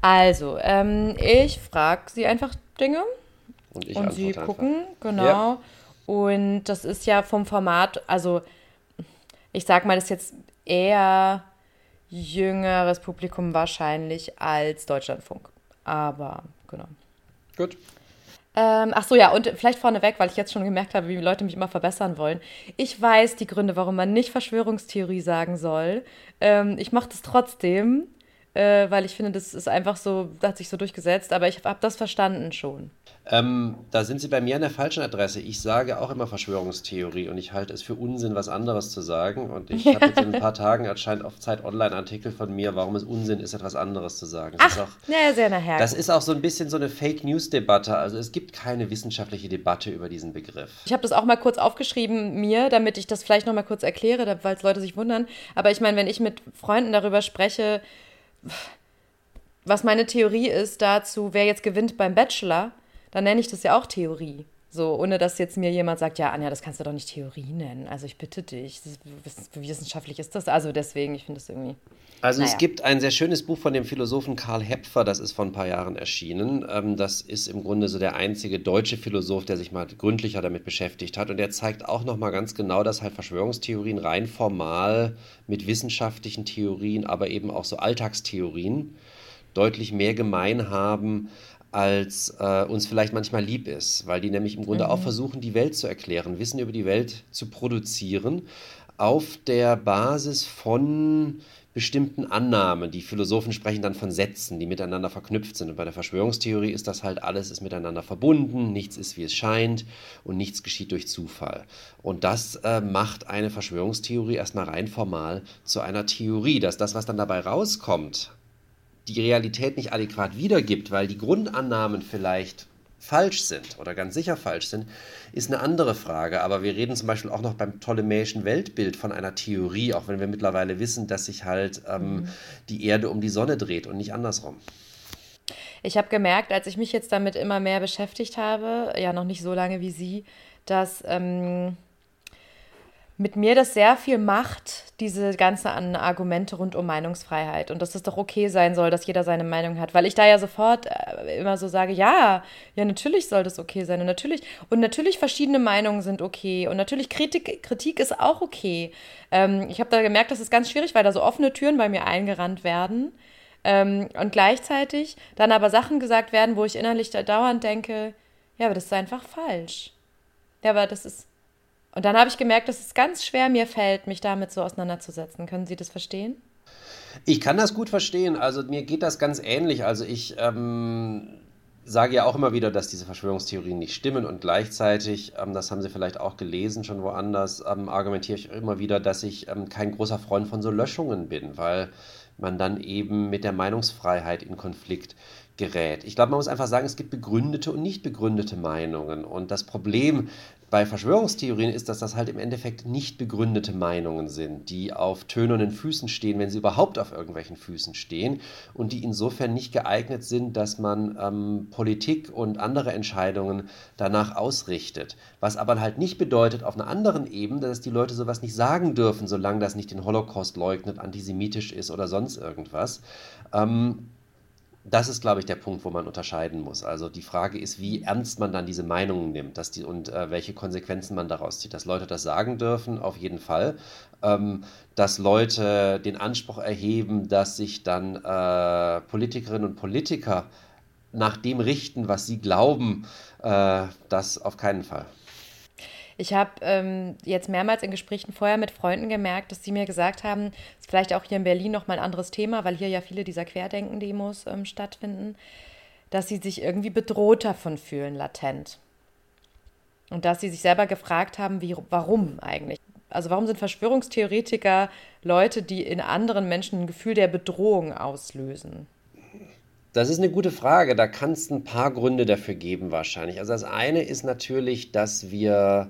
Also, ich frage sie einfach Dinge Und ich und sie antworte einfach. gucken, Ja, genau. Und das ist ja vom Format, also ich sag mal, das ist jetzt eher jüngeres Publikum wahrscheinlich als Deutschlandfunk. Aber genau. gut. Ach so, ja, und vielleicht vorneweg, weil ich jetzt schon gemerkt habe, wie Leute mich immer verbessern wollen. Ich weiß die Gründe, warum man nicht Verschwörungstheorie sagen soll. Ich mache das trotzdem, weil ich finde, das ist einfach so, das hat sich so durchgesetzt, aber ich habe das verstanden schon. Da sind Sie bei mir an der falschen Adresse. Ich sage auch immer Verschwörungstheorie und ich halte es für Unsinn, was anderes zu sagen. Und ich habe jetzt in ein paar Tagen erscheint auf Zeit Online-Artikel von mir, warum es Unsinn ist, etwas anderes zu sagen. Ach, naja, sehr nachher, Das gut. ist auch so ein bisschen so eine Fake-News-Debatte. Also es gibt keine wissenschaftliche Debatte über diesen Begriff. Ich habe das auch mal kurz aufgeschrieben, mir, damit ich das vielleicht noch mal kurz erkläre, weil es Leute sich wundern. Aber ich meine, wenn ich mit Freunden darüber spreche, was meine Theorie ist dazu, wer jetzt gewinnt beim Bachelor, dann nenne ich das ja auch Theorie. So, ohne dass jetzt mir jemand sagt, ja, Anja, das kannst du doch nicht Theorie nennen. Also ich bitte dich, wie wissenschaftlich ist das? Also deswegen, ich finde das irgendwie, Also es naja. gibt ein sehr schönes Buch von dem Philosophen Karl Hepfer, das ist vor ein paar Jahren erschienen. Das ist im Grunde so der einzige deutsche Philosoph, der sich mal gründlicher damit beschäftigt hat. Und der zeigt auch nochmal ganz genau, dass halt Verschwörungstheorien rein formal mit wissenschaftlichen Theorien, aber eben auch so Alltagstheorien deutlich mehr gemein haben, als uns vielleicht manchmal lieb ist, weil die nämlich im Grunde auch versuchen, die Welt zu erklären, Wissen über die Welt zu produzieren, auf der Basis von bestimmten Annahmen. Die Philosophen sprechen dann von Sätzen, die miteinander verknüpft sind. Und bei der Verschwörungstheorie ist das halt, alles ist miteinander verbunden, nichts ist, wie es scheint und nichts geschieht durch Zufall. Und das macht eine Verschwörungstheorie erstmal rein formal zu einer Theorie, dass das, was dann dabei rauskommt, die Realität nicht adäquat wiedergibt, weil die Grundannahmen vielleicht falsch sind oder ganz sicher falsch sind, ist eine andere Frage. Aber wir reden zum Beispiel auch noch beim ptolemäischen Weltbild von einer Theorie, auch wenn wir mittlerweile wissen, dass sich halt die Erde um die Sonne dreht und nicht andersrum. Ich habe gemerkt, als ich mich jetzt damit immer mehr beschäftigt habe, ja noch nicht so lange wie Sie, dass mit mir das sehr viel macht, diese ganzen Argumente rund um Meinungsfreiheit. Und dass es doch okay sein soll, dass jeder seine Meinung hat. Weil ich da ja sofort immer so sage, ja, ja, natürlich soll das okay sein. Und natürlich verschiedene Meinungen sind okay. Und natürlich Kritik ist auch okay. Ich habe da gemerkt, das ist ganz schwierig, weil da so offene Türen bei mir eingerannt werden. Und gleichzeitig dann aber Sachen gesagt werden, wo ich innerlich da dauernd denke, ja, aber das ist einfach falsch. Ja, aber das ist, und dann habe ich gemerkt, dass es ganz schwer mir fällt, mich damit so auseinanderzusetzen. Können Sie das verstehen? Ich kann das gut verstehen. Also mir geht das ganz ähnlich. Also ich sage ja auch immer wieder, dass diese Verschwörungstheorien nicht stimmen und gleichzeitig, das haben Sie vielleicht auch gelesen schon woanders, argumentiere ich immer wieder, dass ich kein großer Freund von so Löschungen bin, weil man dann eben mit der Meinungsfreiheit in Konflikt gerät. Ich glaube, man muss einfach sagen, es gibt begründete und nicht begründete Meinungen. Und das Problem bei Verschwörungstheorien ist, dass das halt im Endeffekt nicht begründete Meinungen sind, die auf tönernen Füßen stehen, wenn sie überhaupt auf irgendwelchen Füßen stehen und die insofern nicht geeignet sind, dass man Politik und andere Entscheidungen danach ausrichtet. Was aber halt nicht bedeutet auf einer anderen Ebene, dass die Leute sowas nicht sagen dürfen, solange das nicht den Holocaust leugnet, antisemitisch ist oder sonst irgendwas. Ähm, Das ist, glaube ich, der Punkt, wo man unterscheiden muss. Also die Frage ist, wie ernst man dann diese Meinungen nimmt, und welche Konsequenzen man daraus zieht. Dass Leute das sagen dürfen, auf jeden Fall. Dass Leute den Anspruch erheben, dass sich dann Politikerinnen und Politiker nach dem richten, was sie glauben, das auf keinen Fall. Ich habe jetzt mehrmals in Gesprächen vorher mit Freunden gemerkt, dass sie mir gesagt haben, ist vielleicht auch hier in Berlin nochmal ein anderes Thema, weil hier ja viele dieser Querdenken-Demos stattfinden, dass sie sich irgendwie bedroht davon fühlen, latent. Und dass sie sich selber gefragt haben, warum eigentlich? Also warum sind Verschwörungstheoretiker Leute, die in anderen Menschen ein Gefühl der Bedrohung auslösen? Das ist eine gute Frage. Da kann es ein paar Gründe dafür geben wahrscheinlich. Also das eine ist natürlich, dass wir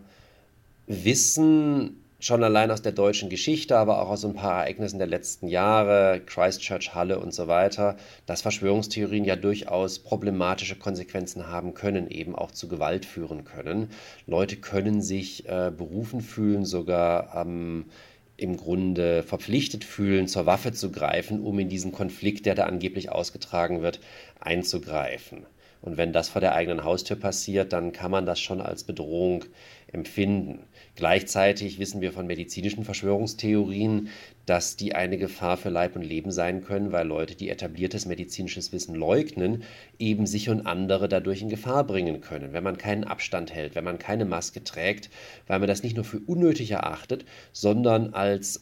wissen, schon allein aus der deutschen Geschichte, aber auch aus so ein paar Ereignissen der letzten Jahre, Christchurch, Halle und so weiter, dass Verschwörungstheorien ja durchaus problematische Konsequenzen haben können, eben auch zu Gewalt führen können. Leute können sich berufen fühlen, sogar im Grunde verpflichtet fühlen, zur Waffe zu greifen, um in diesen Konflikt, der da angeblich ausgetragen wird, einzugreifen. Und wenn das vor der eigenen Haustür passiert, dann kann man das schon als Bedrohung empfinden. Gleichzeitig wissen wir von medizinischen Verschwörungstheorien, dass die eine Gefahr für Leib und Leben sein können, weil Leute, die etabliertes medizinisches Wissen leugnen, eben sich und andere dadurch in Gefahr bringen können. Wenn man keinen Abstand hält, wenn man keine Maske trägt, weil man das nicht nur für unnötig erachtet, sondern als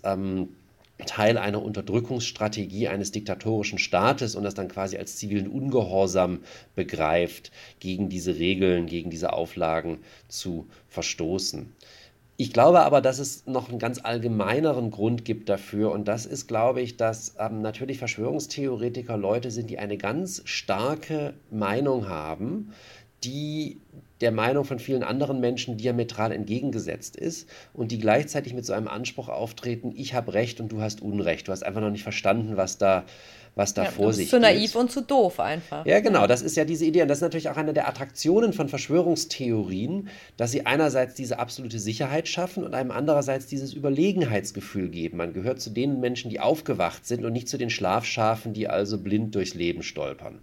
Teil einer Unterdrückungsstrategie eines diktatorischen Staates und das dann quasi als zivilen Ungehorsam begreift, gegen diese Regeln, gegen diese Auflagen zu verstoßen. Ich glaube aber, dass es noch einen ganz allgemeineren Grund gibt dafür und das ist, glaube ich, dass natürlich Verschwörungstheoretiker Leute sind, die eine ganz starke Meinung haben, die der Meinung von vielen anderen Menschen diametral entgegengesetzt ist und die gleichzeitig mit so einem Anspruch auftreten, ich habe Recht und du hast Unrecht. Du hast einfach noch nicht verstanden, was da vor sich geht. Zu naiv und zu doof einfach. Ja, genau, das ist ja diese Idee und das ist natürlich auch eine der Attraktionen von Verschwörungstheorien, dass sie einerseits diese absolute Sicherheit schaffen und einem andererseits dieses Überlegenheitsgefühl geben. Man gehört zu den Menschen, die aufgewacht sind und nicht zu den Schlafschafen, die also blind durchs Leben stolpern.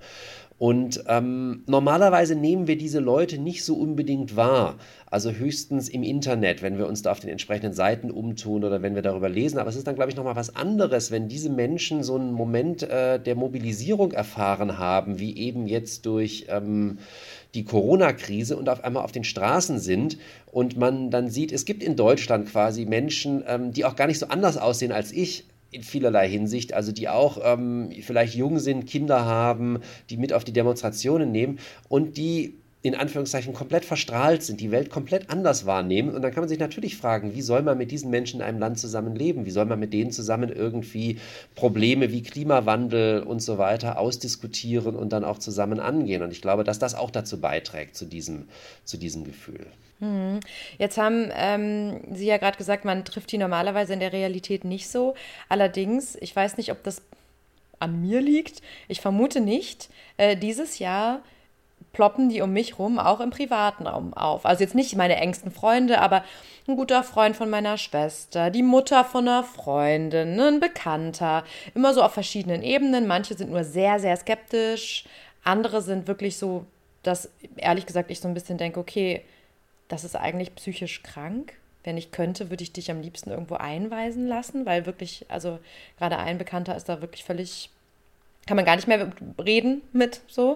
Und normalerweise nehmen wir diese Leute nicht so unbedingt wahr, also höchstens im Internet, wenn wir uns da auf den entsprechenden Seiten umtun oder wenn wir darüber lesen. Aber es ist dann, glaube ich, nochmal was anderes, wenn diese Menschen so einen Moment der Mobilisierung erfahren haben, wie eben jetzt durch die Corona-Krise und auf einmal auf den Straßen sind und man dann sieht, es gibt in Deutschland quasi Menschen, die auch gar nicht so anders aussehen als ich, in vielerlei Hinsicht, also die auch vielleicht jung sind, Kinder haben, die mit auf die Demonstrationen nehmen und die in Anführungszeichen komplett verstrahlt sind, die Welt komplett anders wahrnehmen. Und dann kann man sich natürlich fragen, wie soll man mit diesen Menschen in einem Land zusammenleben? Wie soll man mit denen zusammen irgendwie Probleme wie Klimawandel und so weiter ausdiskutieren und dann auch zusammen angehen? Und ich glaube, dass das auch dazu beiträgt, zu diesem Gefühl. Jetzt haben Sie ja gerade gesagt, man trifft die normalerweise in der Realität nicht so. Allerdings, ich weiß nicht, ob das an mir liegt. Ich vermute nicht. Dieses Jahr ploppen die um mich rum auch im privaten Raum auf. Also jetzt nicht meine engsten Freunde, aber ein guter Freund von meiner Schwester, die Mutter von einer Freundin, ein Bekannter. Immer so auf verschiedenen Ebenen. Manche sind nur sehr, sehr skeptisch. Andere sind wirklich so, dass ehrlich gesagt ich so ein bisschen denke, okay, das ist eigentlich psychisch krank. Wenn ich könnte, würde ich dich am liebsten irgendwo einweisen lassen, weil wirklich, also gerade ein Bekannter ist da wirklich völlig, kann man gar nicht mehr reden mit so.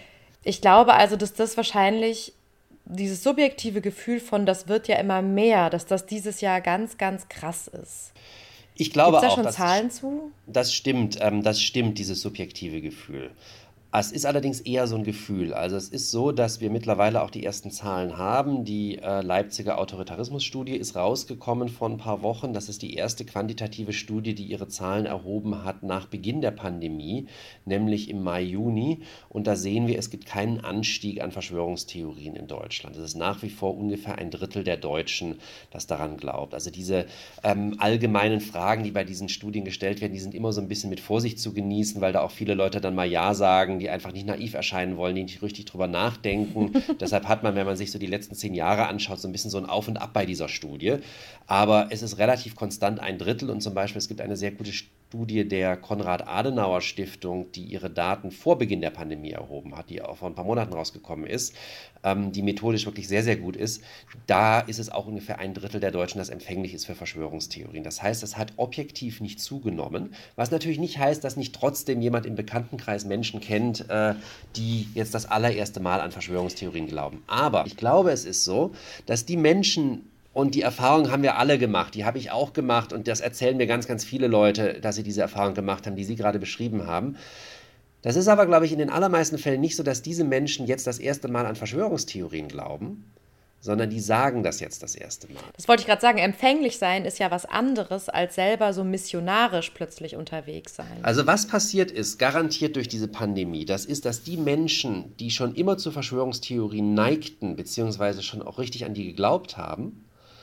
Ich glaube also, dass das wahrscheinlich dieses subjektive Gefühl von, das wird ja immer mehr, dass das dieses Jahr ganz, ganz krass ist. Ich glaube Gibt es da auch, schon Zahlen zu? das stimmt, dieses subjektive Gefühl. Es ist allerdings eher so ein Gefühl. Also es ist so, dass wir mittlerweile auch die ersten Zahlen haben. Die Leipziger Autoritarismusstudie ist rausgekommen vor ein paar Wochen. Das ist die erste quantitative Studie, die ihre Zahlen erhoben hat nach Beginn der Pandemie, nämlich im Mai, Juni. Und da sehen wir, es gibt keinen Anstieg an Verschwörungstheorien in Deutschland. Es ist nach wie vor ungefähr ein Drittel der Deutschen, das daran glaubt. Also diese allgemeinen Fragen, die bei diesen Studien gestellt werden, die sind immer so ein bisschen mit Vorsicht zu genießen, weil da auch viele Leute dann mal Ja sagen, die einfach nicht naiv erscheinen wollen, die nicht richtig drüber nachdenken. Deshalb hat man, wenn man sich so die letzten 10 Jahre anschaut, so ein bisschen so ein Auf und Ab bei dieser Studie. Aber es ist relativ konstant ein Drittel und zum Beispiel es gibt eine sehr gute Studie der Konrad-Adenauer-Stiftung, die ihre Daten vor Beginn der Pandemie erhoben hat, die auch vor ein paar Monaten rausgekommen ist, die methodisch wirklich sehr, sehr gut ist. Da ist es auch ungefähr ein Drittel der Deutschen, das empfänglich ist für Verschwörungstheorien. Das heißt, es hat objektiv nicht zugenommen, was natürlich nicht heißt, dass nicht trotzdem jemand im Bekanntenkreis Menschen kennt, die jetzt das allererste Mal an Verschwörungstheorien glauben. Aber ich glaube, es ist so, dass die Menschen, und die Erfahrung haben wir alle gemacht, die habe ich auch gemacht und das erzählen mir ganz, ganz viele Leute, dass sie diese Erfahrung gemacht haben, die Sie gerade beschrieben haben. Das ist aber, glaube ich, in den allermeisten Fällen nicht so, dass diese Menschen jetzt das erste Mal an Verschwörungstheorien glauben, sondern die sagen das jetzt das erste Mal. Das wollte ich gerade sagen, empfänglich sein ist ja was anderes, als selber so missionarisch plötzlich unterwegs sein. Also was passiert ist, garantiert durch diese Pandemie, das ist, dass die Menschen, die schon immer zu Verschwörungstheorien neigten, beziehungsweise schon auch richtig an die geglaubt haben,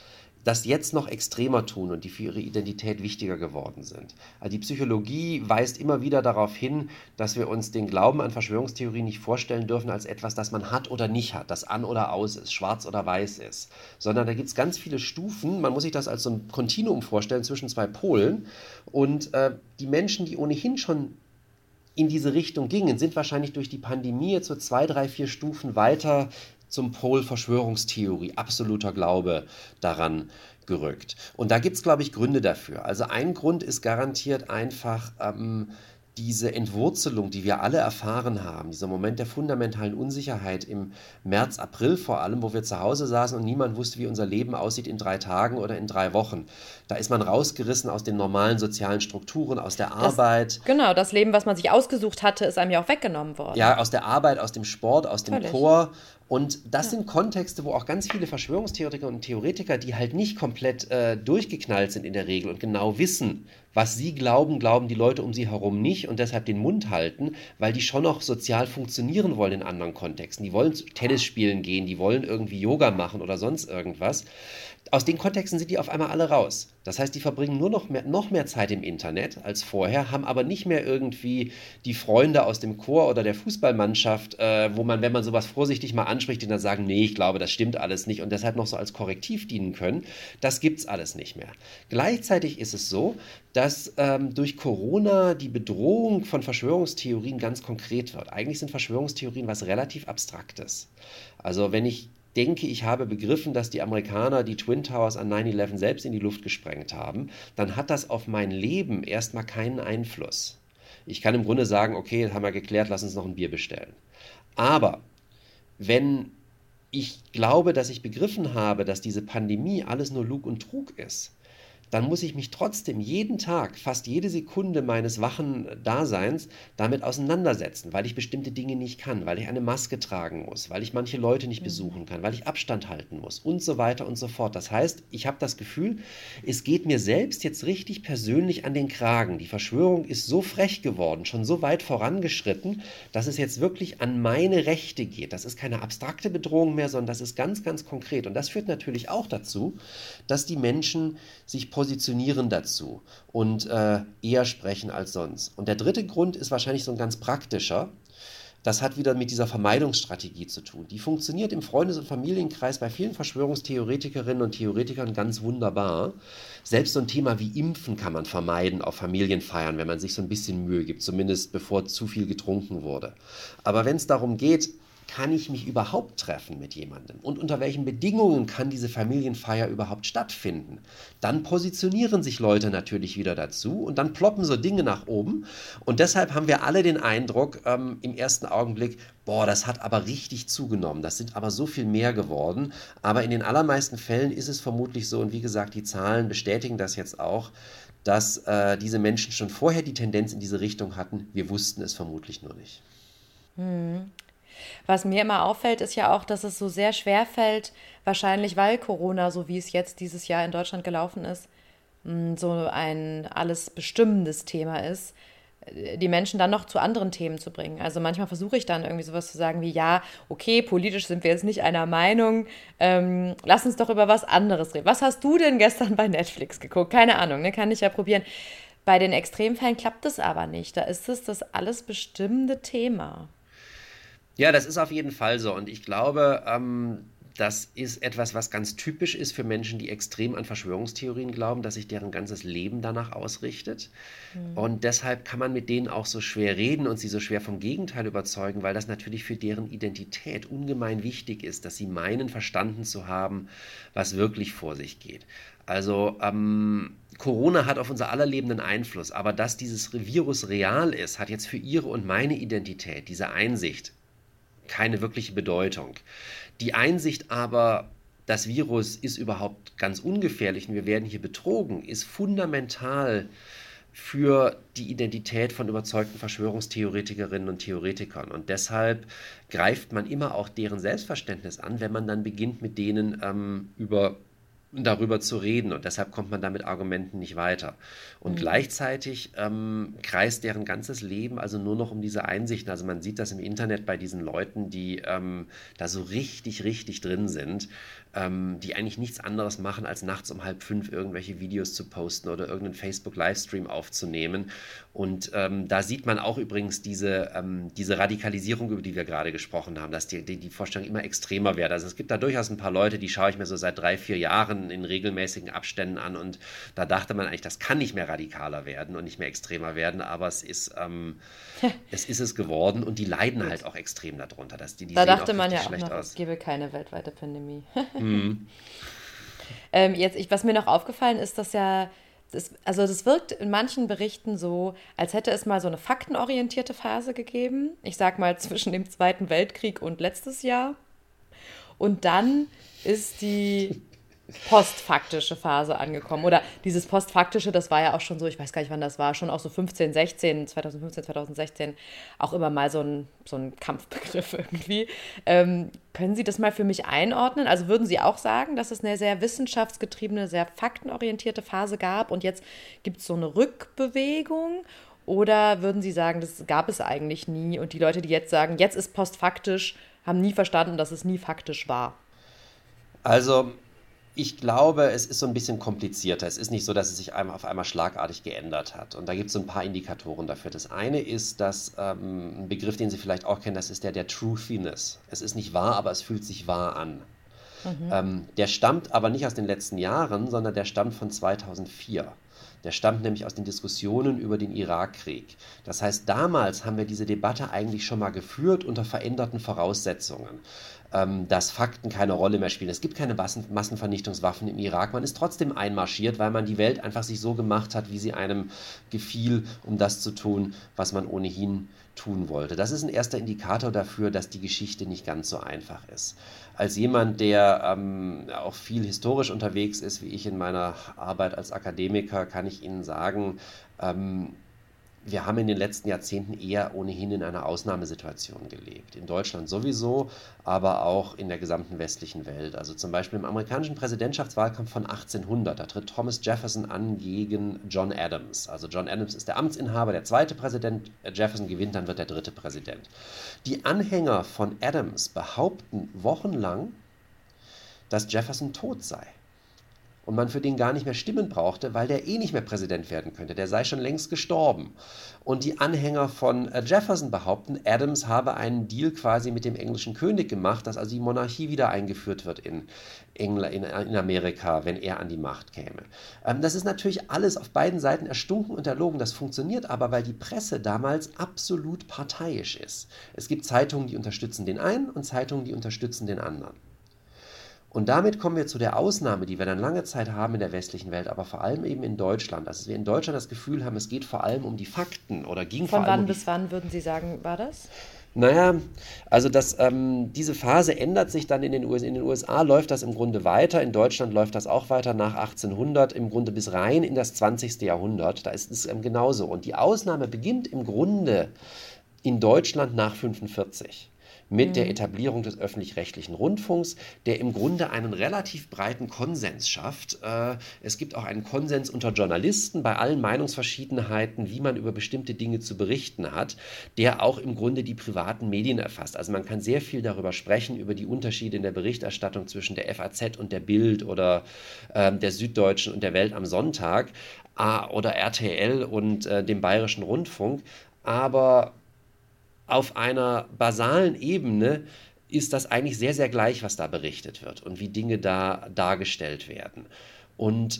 das jetzt noch extremer tun und die für ihre Identität wichtiger geworden sind. Also die Psychologie weist immer wieder darauf hin, dass wir uns den Glauben an Verschwörungstheorien nicht vorstellen dürfen als etwas, das man hat oder nicht hat, das an oder aus ist, schwarz oder weiß ist, sondern da gibt es ganz viele Stufen. Man muss sich das als so ein Kontinuum vorstellen zwischen zwei Polen und die Menschen, die ohnehin schon in diese Richtung gingen, sind wahrscheinlich durch die Pandemie jetzt so 2, 3, 4 Stufen weiter zum Pol Verschwörungstheorie, absoluter Glaube daran gerückt. Und da gibt es, glaube ich, Gründe dafür. Also ein Grund ist garantiert einfach diese Entwurzelung, die wir alle erfahren haben, dieser Moment der fundamentalen Unsicherheit im März, April vor allem, wo wir zu Hause saßen und niemand wusste, wie unser Leben aussieht in 3 Tagen oder in 3 Wochen. Da ist man rausgerissen aus den normalen sozialen Strukturen, aus der Arbeit. Genau, das Leben, was man sich ausgesucht hatte, ist einem ja auch weggenommen worden. Ja, aus der Arbeit, aus dem Sport, aus dem Völlig. Chor. Und das sind Kontexte, wo auch ganz viele Verschwörungstheoretiker und Theoretiker, die halt nicht komplett durchgeknallt sind in der Regel und genau wissen, was sie glauben, glauben die Leute um sie herum nicht und deshalb den Mund halten, weil die schon noch sozial funktionieren wollen in anderen Kontexten. Die wollen Tennis spielen gehen, die wollen irgendwie Yoga machen oder sonst irgendwas. Aus den Kontexten sind die auf einmal alle raus. Das heißt, die verbringen nur noch mehr Zeit im Internet als vorher, haben aber nicht mehr irgendwie die Freunde aus dem Chor oder der Fußballmannschaft, wo man, wenn man sowas vorsichtig mal anspricht, die dann sagen, nee, ich glaube, das stimmt alles nicht und deshalb noch so als Korrektiv dienen können. Das gibt's alles nicht mehr. Gleichzeitig ist es so, dass durch Corona die Bedrohung von Verschwörungstheorien ganz konkret wird. Eigentlich sind Verschwörungstheorien was relativ Abstraktes. Also wenn ich denke, ich habe begriffen, dass die Amerikaner die Twin Towers an 9/11 selbst in die Luft gesprengt haben, dann hat das auf mein Leben erstmal keinen Einfluss. Ich kann im Grunde sagen, okay, haben wir geklärt, lass uns noch ein Bier bestellen. Aber wenn ich glaube, dass ich begriffen habe, dass diese Pandemie alles nur Lug und Trug ist, dann muss ich mich trotzdem jeden Tag, fast jede Sekunde meines wachen Daseins damit auseinandersetzen, weil ich bestimmte Dinge nicht kann, weil ich eine Maske tragen muss, weil ich manche Leute nicht besuchen kann, weil ich Abstand halten muss und so weiter und so fort. Das heißt, ich habe das Gefühl, es geht mir selbst jetzt richtig persönlich an den Kragen. Die Verschwörung ist so frech geworden, schon so weit vorangeschritten, dass es jetzt wirklich an meine Rechte geht. Das ist keine abstrakte Bedrohung mehr, sondern das ist ganz, ganz konkret. Und das führt natürlich auch dazu, dass die Menschen sich positionieren dazu und eher sprechen als sonst. Und der dritte Grund ist wahrscheinlich so ein ganz praktischer. Das hat wieder mit dieser Vermeidungsstrategie zu tun. Die funktioniert im Freundes- und Familienkreis bei vielen Verschwörungstheoretikerinnen und Theoretikern ganz wunderbar. Selbst so ein Thema wie Impfen kann man vermeiden auf Familienfeiern, wenn man sich so ein bisschen Mühe gibt, zumindest bevor zu viel getrunken wurde. Aber wenn es darum geht, kann ich mich überhaupt treffen mit jemandem? Und unter welchen Bedingungen kann diese Familienfeier überhaupt stattfinden? Dann positionieren sich Leute natürlich wieder dazu und dann ploppen so Dinge nach oben. Und deshalb haben wir alle den Eindruck im ersten Augenblick, boah, das hat aber richtig zugenommen, das sind aber so viel mehr geworden. Aber in den allermeisten Fällen ist es vermutlich so, und wie gesagt, die Zahlen bestätigen das jetzt auch, dass diese Menschen schon vorher die Tendenz in diese Richtung hatten. Wir wussten es vermutlich nur nicht. Was mir immer auffällt, ist ja auch, dass es so sehr schwer fällt, wahrscheinlich weil Corona, so wie es jetzt dieses Jahr in Deutschland gelaufen ist, so ein alles bestimmendes Thema ist, die Menschen dann noch zu anderen Themen zu bringen. Also manchmal versuche ich dann irgendwie sowas zu sagen wie, ja, okay, politisch sind wir jetzt nicht einer Meinung, lass uns doch über was anderes reden. Was hast du denn gestern bei Netflix geguckt? Keine Ahnung, ne, kann ich ja probieren. Bei den Extremfällen klappt es aber nicht. Da ist es das alles bestimmende Thema. Ja, das ist auf jeden Fall so. Und ich glaube, das ist etwas, was ganz typisch ist für Menschen, die extrem an Verschwörungstheorien glauben, dass sich deren ganzes Leben danach ausrichtet. Und deshalb kann man mit denen auch so schwer reden und sie so schwer vom Gegenteil überzeugen, weil das natürlich für deren Identität ungemein wichtig ist, dass sie meinen, verstanden zu haben, was wirklich vor sich geht. Also Corona hat auf unser aller Leben einen Einfluss, aber dass dieses Virus real ist, hat jetzt für ihre und meine Identität, diese Einsicht, keine wirkliche Bedeutung. Die Einsicht aber, das Virus ist überhaupt ganz ungefährlich und wir werden hier betrogen, ist fundamental für die Identität von überzeugten Verschwörungstheoretikerinnen und Theoretikern. Und deshalb greift man immer auch deren Selbstverständnis an, wenn man dann beginnt, mit denen über darüber zu reden und deshalb kommt man da mit Argumenten nicht weiter. Und gleichzeitig kreist deren ganzes Leben also nur noch um diese Einsichten. Also man sieht das im Internet bei diesen Leuten, die da so richtig, richtig drin sind, die eigentlich nichts anderes machen, als nachts um 4:30 irgendwelche Videos zu posten oder irgendeinen Facebook-Livestream aufzunehmen. Und da sieht man auch übrigens diese Radikalisierung, über die wir gerade gesprochen haben, dass die Vorstellung immer extremer wird. Also es gibt da durchaus ein paar Leute, die schaue ich mir so seit 3, 4 Jahren in regelmäßigen Abständen an und da dachte man eigentlich, das kann nicht mehr radikaler werden und nicht mehr extremer werden, aber es ist es geworden und die leiden halt auch extrem darunter. Die Da sehen auch dachte man ja richtig auch schlecht noch, es aus. gäbe keine weltweite Pandemie. Mhm. Was mir noch aufgefallen ist, dass ja, das wirkt in manchen Berichten so, als hätte es mal so eine faktenorientierte Phase gegeben. Ich sag mal zwischen dem Zweiten Weltkrieg und letztes Jahr. Und dann ist die postfaktische Phase angekommen. Oder dieses postfaktische, das war ja auch schon so, ich weiß gar nicht, wann das war, schon auch so 2015, 2016, auch immer mal so ein Kampfbegriff irgendwie. Können Sie das mal für mich einordnen? Also würden Sie auch sagen, dass es eine sehr wissenschaftsgetriebene, sehr faktenorientierte Phase gab und jetzt gibt es so eine Rückbewegung? Oder würden Sie sagen, das gab es eigentlich nie und die Leute, die jetzt sagen, jetzt ist postfaktisch, haben nie verstanden, dass es nie faktisch war? Also ich glaube, es ist so ein bisschen komplizierter. Es ist nicht so, dass es sich auf einmal schlagartig geändert hat. Und da gibt es so ein paar Indikatoren dafür. Das eine ist, dass ein Begriff, den Sie vielleicht auch kennen, das ist der Truthiness. Es ist nicht wahr, aber es fühlt sich wahr an. Der stammt aber nicht aus den letzten Jahren, sondern der stammt von 2004. Der stammt nämlich aus den Diskussionen über den Irakkrieg. Das heißt, damals haben wir diese Debatte eigentlich schon mal geführt unter veränderten Voraussetzungen, dass Fakten keine Rolle mehr spielen. Es gibt keine Massenvernichtungswaffen im Irak. Man ist trotzdem einmarschiert, weil man die Welt einfach sich so gemacht hat, wie sie einem gefiel, um das zu tun, was man ohnehin tun wollte. Das ist ein erster Indikator dafür, dass die Geschichte nicht ganz so einfach ist. Als jemand, der auch viel historisch unterwegs ist, wie ich in meiner Arbeit als Akademiker, kann ich Ihnen sagen, wir haben in den letzten Jahrzehnten eher ohnehin in einer Ausnahmesituation gelebt. In Deutschland sowieso, aber auch in der gesamten westlichen Welt. Also zum Beispiel im amerikanischen Präsidentschaftswahlkampf von 1800, da tritt Thomas Jefferson an gegen John Adams. Also John Adams ist der Amtsinhaber, der zweite Präsident. Jefferson gewinnt, dann wird der dritte Präsident. Die Anhänger von Adams behaupten wochenlang, dass Jefferson tot sei. Und man für den gar nicht mehr stimmen brauchte, weil der eh nicht mehr Präsident werden könnte. Der sei schon längst gestorben. Und die Anhänger von Jefferson behaupten, Adams habe einen Deal quasi mit dem englischen König gemacht, dass also die Monarchie wieder eingeführt wird in Amerika, wenn er an die Macht käme. Das ist natürlich alles auf beiden Seiten erstunken und erlogen. Das funktioniert aber, weil die Presse damals absolut parteiisch ist. Es gibt Zeitungen, die unterstützen den einen und Zeitungen, die unterstützen den anderen. Und damit kommen wir zu der Ausnahme, die wir dann lange Zeit haben in der westlichen Welt, aber vor allem eben in Deutschland. Also dass wir in Deutschland das Gefühl haben, es geht vor allem um die Fakten oder ging vor Von allem wann um die... bis wann würden Sie sagen, war das? Naja, also diese Phase ändert sich dann in den USA. In den USA läuft das im Grunde weiter, in Deutschland läuft das auch weiter nach 1800, im Grunde bis rein in das 20. Jahrhundert. Da ist es genauso. Und die Ausnahme beginnt im Grunde in Deutschland nach 1945. Mit der Etablierung des öffentlich-rechtlichen Rundfunks, der im Grunde einen relativ breiten Konsens schafft. Es gibt auch einen Konsens unter Journalisten bei allen Meinungsverschiedenheiten, wie man über bestimmte Dinge zu berichten hat, der auch im Grunde die privaten Medien erfasst. Also man kann sehr viel darüber sprechen, über die Unterschiede in der Berichterstattung zwischen der FAZ und der Bild oder der Süddeutschen und der Welt am Sonntag oder RTL und dem Bayerischen Rundfunk. Aber auf einer basalen Ebene ist das eigentlich sehr, sehr gleich, was da berichtet wird und wie Dinge da dargestellt werden. Und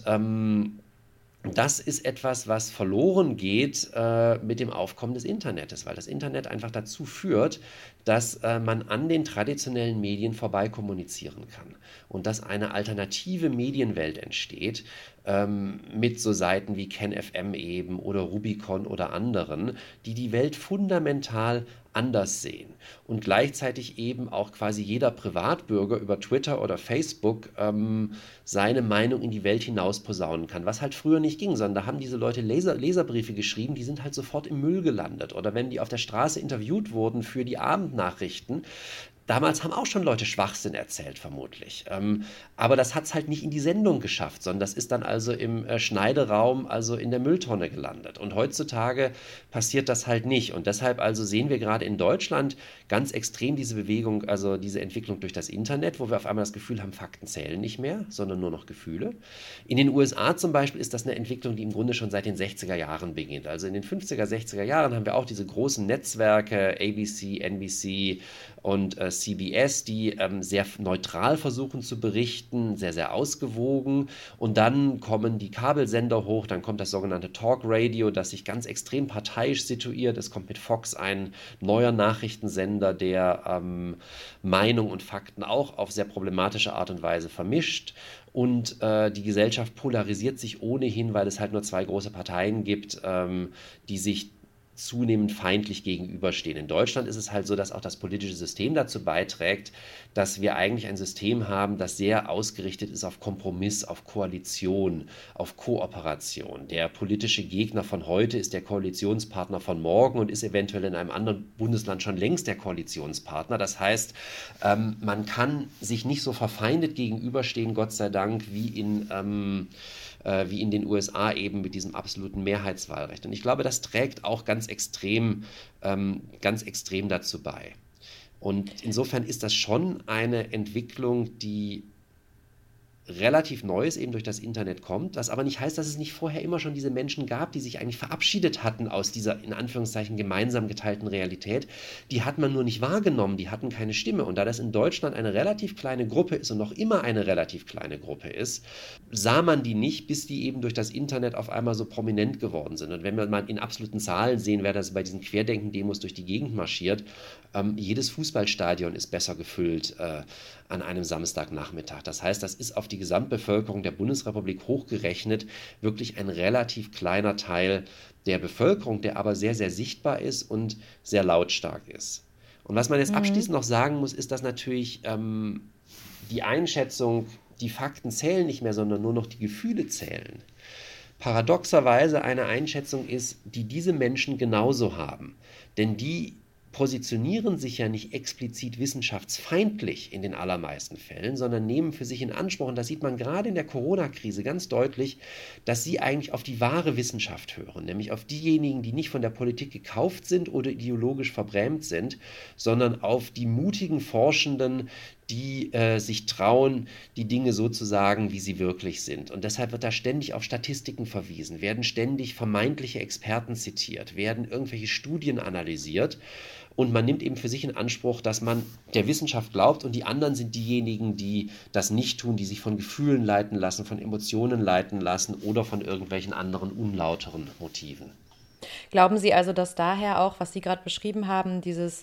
das ist etwas, was verloren geht mit dem Aufkommen des Internets, weil das Internet einfach dazu führt, dass man an den traditionellen Medien vorbei kommunizieren kann und dass eine alternative Medienwelt entsteht, mit so Seiten wie KenFM eben oder Rubicon oder anderen, die die Welt fundamental anders sehen und gleichzeitig eben auch quasi jeder Privatbürger über Twitter oder Facebook seine Meinung in die Welt hinaus posaunen kann, was halt früher nicht ging, sondern da haben diese Leute Leserbriefe geschrieben, die sind halt sofort im Müll gelandet oder wenn die auf der Straße interviewt wurden für die Abendnachrichten, damals haben auch schon Leute Schwachsinn erzählt, vermutlich. Aber das hat es halt nicht in die Sendung geschafft, sondern das ist dann also im Schneideraum, also in der Mülltonne gelandet. Und heutzutage passiert das halt nicht. Und deshalb also sehen wir gerade in Deutschland ganz extrem diese Bewegung, also diese Entwicklung durch das Internet, wo wir auf einmal das Gefühl haben, Fakten zählen nicht mehr, sondern nur noch Gefühle. In den USA zum Beispiel ist das eine Entwicklung, die im Grunde schon seit den 60er Jahren beginnt. Also in den 50er, 60er Jahren haben wir auch diese großen Netzwerke, ABC, NBC und CBS, die sehr neutral versuchen zu berichten, sehr, sehr ausgewogen. Und dann kommen die Kabelsender hoch, dann kommt das sogenannte Talk Radio, das sich ganz extrem parteiisch situiert. Es kommt mit Fox ein neuer Nachrichtensender, der Meinung und Fakten auch auf sehr problematische Art und Weise vermischt. Und die Gesellschaft polarisiert sich ohnehin, weil es halt nur zwei große Parteien gibt, die sich zunehmend feindlich gegenüberstehen. In Deutschland ist es halt so, dass auch das politische System dazu beiträgt, dass wir eigentlich ein System haben, das sehr ausgerichtet ist auf Kompromiss, auf Koalition, auf Kooperation. Der politische Gegner von heute ist der Koalitionspartner von morgen und ist eventuell in einem anderen Bundesland schon längst der Koalitionspartner. Das heißt, man kann sich nicht so verfeindet gegenüberstehen, Gott sei Dank, wie in den USA eben mit diesem absoluten Mehrheitswahlrecht. Und ich glaube, das trägt auch ganz extrem dazu bei. Und insofern ist das schon eine Entwicklung, die relativ Neues eben durch das Internet kommt, was aber nicht heißt, dass es nicht vorher immer schon diese Menschen gab, die sich eigentlich verabschiedet hatten aus dieser, in Anführungszeichen, gemeinsam geteilten Realität. Die hat man nur nicht wahrgenommen, die hatten keine Stimme. Und da das in Deutschland eine relativ kleine Gruppe ist und noch immer eine relativ kleine Gruppe ist, sah man die nicht, bis die eben durch das Internet auf einmal so prominent geworden sind. Und wenn wir mal in absoluten Zahlen sehen, wer das bei diesen Querdenken-Demos durch die Gegend marschiert, jedes Fußballstadion ist besser gefüllt an einem Samstagnachmittag. Das heißt, das ist auf die Gesamtbevölkerung der Bundesrepublik hochgerechnet wirklich ein relativ kleiner Teil der Bevölkerung, der aber sehr, sehr sichtbar ist und sehr lautstark ist. Und was man jetzt abschließend noch sagen muss, ist, dass natürlich die Einschätzung, die Fakten zählen nicht mehr, sondern nur noch die Gefühle zählen, paradoxerweise eine Einschätzung ist, die diese Menschen genauso haben. Denn die positionieren sich ja nicht explizit wissenschaftsfeindlich in den allermeisten Fällen, sondern nehmen für sich in Anspruch, und das sieht man gerade in der Corona-Krise ganz deutlich, dass sie eigentlich auf die wahre Wissenschaft hören, nämlich auf diejenigen, die nicht von der Politik gekauft sind oder ideologisch verbrämt sind, sondern auf die mutigen Forschenden, die sich trauen, die Dinge so zu sagen, wie sie wirklich sind. Und deshalb wird da ständig auf Statistiken verwiesen, werden ständig vermeintliche Experten zitiert, werden irgendwelche Studien analysiert. Und man nimmt eben für sich in Anspruch, dass man der Wissenschaft glaubt und die anderen sind diejenigen, die das nicht tun, die sich von Gefühlen leiten lassen, von Emotionen leiten lassen oder von irgendwelchen anderen unlauteren Motiven. Glauben Sie also, dass daher auch, was Sie gerade beschrieben haben,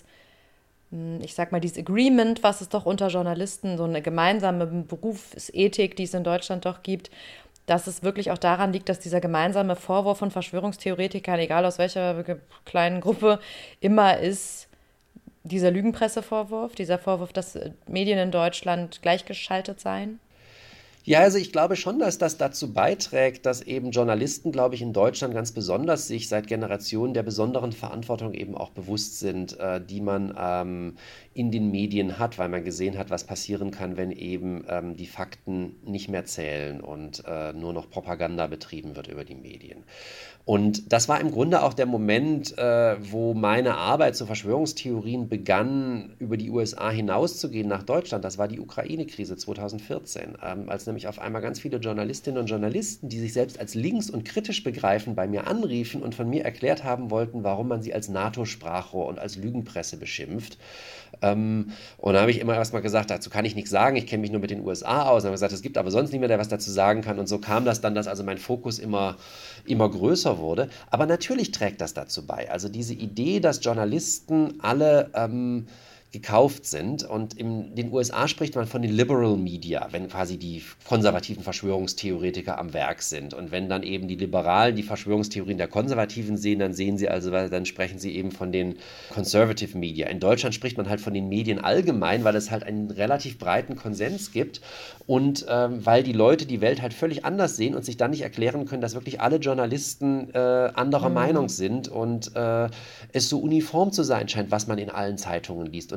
ich sag mal, dieses Agreement, was es doch unter Journalisten, so eine gemeinsame Berufsethik, die es in Deutschland doch gibt, dass es wirklich auch daran liegt, dass dieser gemeinsame Vorwurf von Verschwörungstheoretikern, egal aus welcher kleinen Gruppe, immer ist dieser Lügenpressevorwurf, dieser Vorwurf, dass Medien in Deutschland gleichgeschaltet seien? Ja, also ich glaube schon, dass das dazu beiträgt, dass eben Journalisten, glaube ich, in Deutschland ganz besonders sich seit Generationen der besonderen Verantwortung eben auch bewusst sind, die man in den Medien hat, weil man gesehen hat, was passieren kann, wenn eben die Fakten nicht mehr zählen und nur noch Propaganda betrieben wird über die Medien. Und das war im Grunde auch der Moment, wo meine Arbeit zu Verschwörungstheorien begann, über die USA hinauszugehen nach Deutschland. Das war die Ukraine-Krise 2014, als nämlich auf einmal ganz viele Journalistinnen und Journalisten, die sich selbst als links und kritisch begreifen, bei mir anriefen und von mir erklärt haben wollten, warum man sie als NATO-Sprachrohr und als Lügenpresse beschimpft. Und da habe ich immer erstmal gesagt, dazu kann ich nichts sagen, ich kenne mich nur mit den USA aus. Und habe gesagt, es gibt aber sonst niemand, der was dazu sagen kann. Und so kam das dann, dass also mein Fokus immer größer wurde. Aber natürlich trägt das dazu bei. Also diese Idee, dass Journalisten alle gekauft sind. Und in den USA spricht man von den Liberal Media, wenn quasi die konservativen Verschwörungstheoretiker am Werk sind. Und wenn dann eben die Liberalen die Verschwörungstheorien der Konservativen sehen, dann sprechen sie eben von den Conservative Media. In Deutschland spricht man halt von den Medien allgemein, weil es halt einen relativ breiten Konsens gibt und weil die Leute die Welt halt völlig anders sehen und sich dann nicht erklären können, dass wirklich alle Journalisten anderer Meinung sind und es so uniform zu sein scheint, was man in allen Zeitungen liest. Und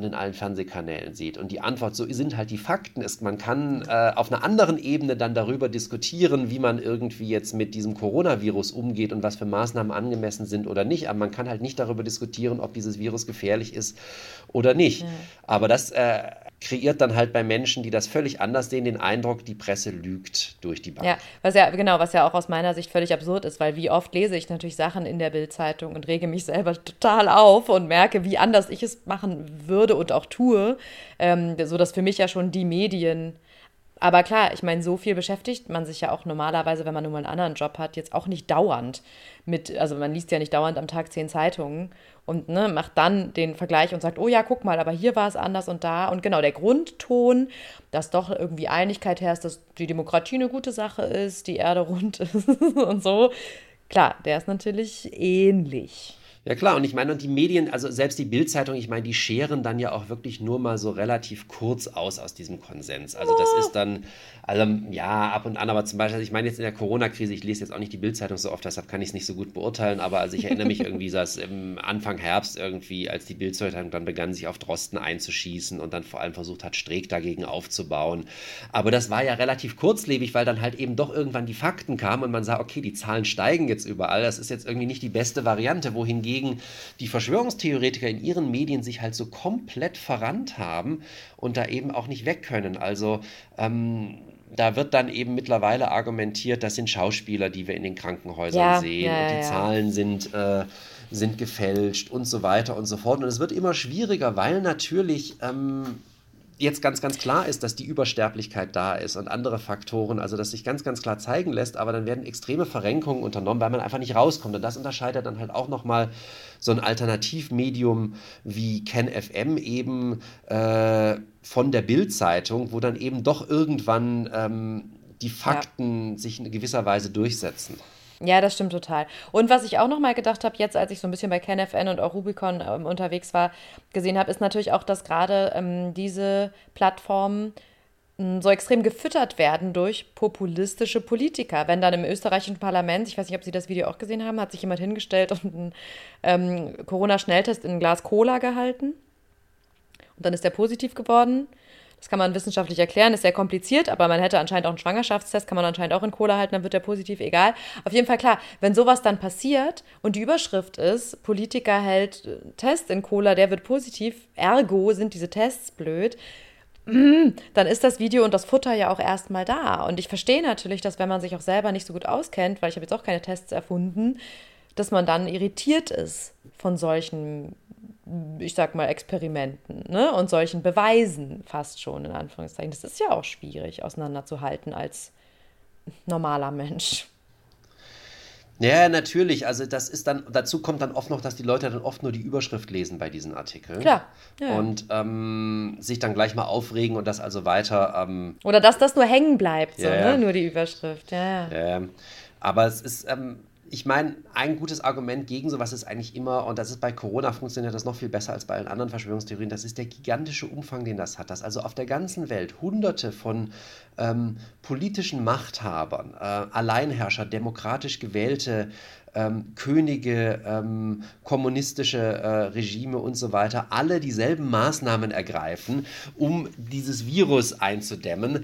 in allen Fernsehkanälen sieht. Und die Antwort, so sind halt die Fakten, ist, man kann auf einer anderen Ebene dann darüber diskutieren, wie man irgendwie jetzt mit diesem Coronavirus umgeht und was für Maßnahmen angemessen sind oder nicht. Aber man kann halt nicht darüber diskutieren, ob dieses Virus gefährlich ist oder nicht. Ja. Aber das kreiert dann halt bei Menschen, die das völlig anders sehen, den Eindruck, die Presse lügt durch die Bank. Ja, was ja auch aus meiner Sicht völlig absurd ist, weil wie oft lese ich natürlich Sachen in der Bild-Zeitung und rege mich selber total auf und merke, wie anders ich es machen würde und auch tue, sodass für mich ja schon die Medien. Aber klar, ich meine, so viel beschäftigt man sich ja auch normalerweise, wenn man nun mal einen anderen Job hat, jetzt auch nicht dauernd also man liest ja nicht dauernd am Tag 10 Zeitungen und macht dann den Vergleich und sagt, oh ja, guck mal, aber hier war es anders und da. Und genau, der Grundton, dass doch irgendwie Einigkeit herrscht, dass die Demokratie eine gute Sache ist, die Erde rund ist und so. Klar, der ist natürlich ähnlich. Ja klar, und ich meine, und die Medien, also selbst die Bild-Zeitung, ich meine, die scheren dann ja auch wirklich nur mal so relativ kurz aus diesem Konsens. Also das ist dann, also ja, ab und an, aber zum Beispiel, also ich meine jetzt in der Corona-Krise, ich lese jetzt auch nicht die Bild-Zeitung so oft, deshalb kann ich es nicht so gut beurteilen, aber also ich erinnere mich irgendwie, dass im Anfang Herbst irgendwie, als die Bild-Zeitung dann begann, sich auf Drosten einzuschießen und dann vor allem versucht hat, Streeck dagegen aufzubauen. Aber das war ja relativ kurzlebig, weil dann halt eben doch irgendwann die Fakten kamen und man sah, okay, die Zahlen steigen jetzt überall, das ist jetzt irgendwie nicht die beste Variante, wohingegen die Verschwörungstheoretiker in ihren Medien sich halt so komplett verrannt haben und da eben auch nicht weg können. Also da wird dann eben mittlerweile argumentiert, das sind Schauspieler, die wir in den Krankenhäusern sehen und die Zahlen sind gefälscht und so weiter und so fort. Und es wird immer schwieriger, weil natürlich jetzt ganz, ganz klar ist, dass die Übersterblichkeit da ist und andere Faktoren, also dass sich ganz, ganz klar zeigen lässt, aber dann werden extreme Verrenkungen unternommen, weil man einfach nicht rauskommt. Und das unterscheidet dann halt auch nochmal so ein Alternativmedium wie KenFM eben von der Bild-Zeitung, wo dann eben doch irgendwann die Fakten sich in gewisser Weise durchsetzen. Ja, das stimmt total. Und was ich auch noch mal gedacht habe, jetzt als ich so ein bisschen bei KenFM und auch Rubicon unterwegs war, gesehen habe, ist natürlich auch, dass gerade diese Plattformen so extrem gefüttert werden durch populistische Politiker. Wenn dann im österreichischen Parlament, ich weiß nicht, ob Sie das Video auch gesehen haben, hat sich jemand hingestellt und einen Corona-Schnelltest in ein Glas Cola gehalten. Und dann ist der positiv geworden. Das kann man wissenschaftlich erklären, ist sehr kompliziert, aber man hätte anscheinend auch einen Schwangerschaftstest, kann man anscheinend auch in Cola halten, dann wird der positiv, egal. Auf jeden Fall klar, wenn sowas dann passiert und die Überschrift ist, Politiker hält Test in Cola, der wird positiv, ergo sind diese Tests blöd, dann ist das Video und das Futter ja auch erstmal da. Und ich verstehe natürlich, dass wenn man sich auch selber nicht so gut auskennt, weil ich habe jetzt auch keine Tests erfunden, dass man dann irritiert ist von solchen, ich sag mal, Experimenten, ne? Und solchen Beweisen fast schon, in Anführungszeichen. Das ist ja auch schwierig auseinanderzuhalten als normaler Mensch. Ja, natürlich. Also das ist dann, dazu kommt dann oft noch, dass die Leute dann oft nur die Überschrift lesen bei diesen Artikeln. Klar. Ja. Und sich dann gleich mal aufregen und das also weiter. Oder dass das nur hängen bleibt, so, ne? Nur die Überschrift. Ja. Aber es ist, ich meine, ein gutes Argument gegen sowas ist eigentlich immer, und das ist bei Corona funktioniert das noch viel besser als bei allen anderen Verschwörungstheorien, das ist der gigantische Umfang, den das hat. Dass also auf der ganzen Welt Hunderte von politischen Machthabern, Alleinherrscher, demokratisch gewählte Könige, kommunistische Regime und so weiter, alle dieselben Maßnahmen ergreifen, um dieses Virus einzudämmen.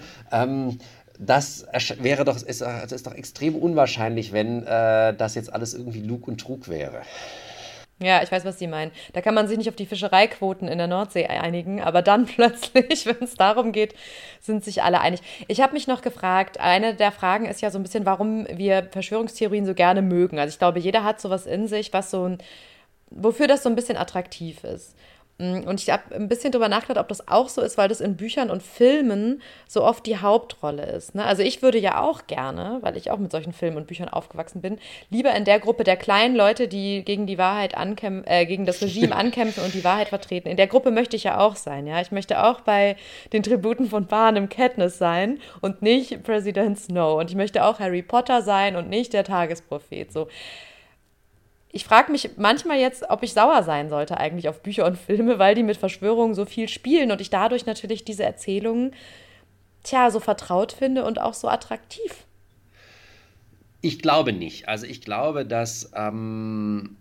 Das ist doch extrem unwahrscheinlich, wenn das jetzt alles irgendwie Lug und Trug wäre. Ja, ich weiß, was Sie meinen. Da kann man sich nicht auf die Fischereiquoten in der Nordsee einigen, aber dann plötzlich, wenn es darum geht, sind sich alle einig. Ich habe mich noch gefragt, eine der Fragen ist ja so ein bisschen, warum wir Verschwörungstheorien so gerne mögen. Also ich glaube, jeder hat sowas in sich, wofür das so ein bisschen attraktiv ist. Und ich habe ein bisschen drüber nachgedacht, ob das auch so ist, weil das in Büchern und Filmen so oft die Hauptrolle ist. Ne? Also ich würde ja auch gerne, weil ich auch mit solchen Filmen und Büchern aufgewachsen bin, lieber in der Gruppe der kleinen Leute, die gegen die Wahrheit gegen das Regime ankämpfen und die Wahrheit vertreten. In der Gruppe möchte ich ja auch sein. Ja? Ich möchte auch bei den Tributen von Panem Katniss sein und nicht Präsident Snow. Und ich möchte auch Harry Potter sein und nicht der Tagesprophet. So. Ich frage mich manchmal jetzt, ob ich sauer sein sollte eigentlich auf Bücher und Filme, weil die mit Verschwörungen so viel spielen und ich dadurch natürlich diese Erzählungen, so vertraut finde und auch so attraktiv. Ich glaube nicht. Also ich glaube, dass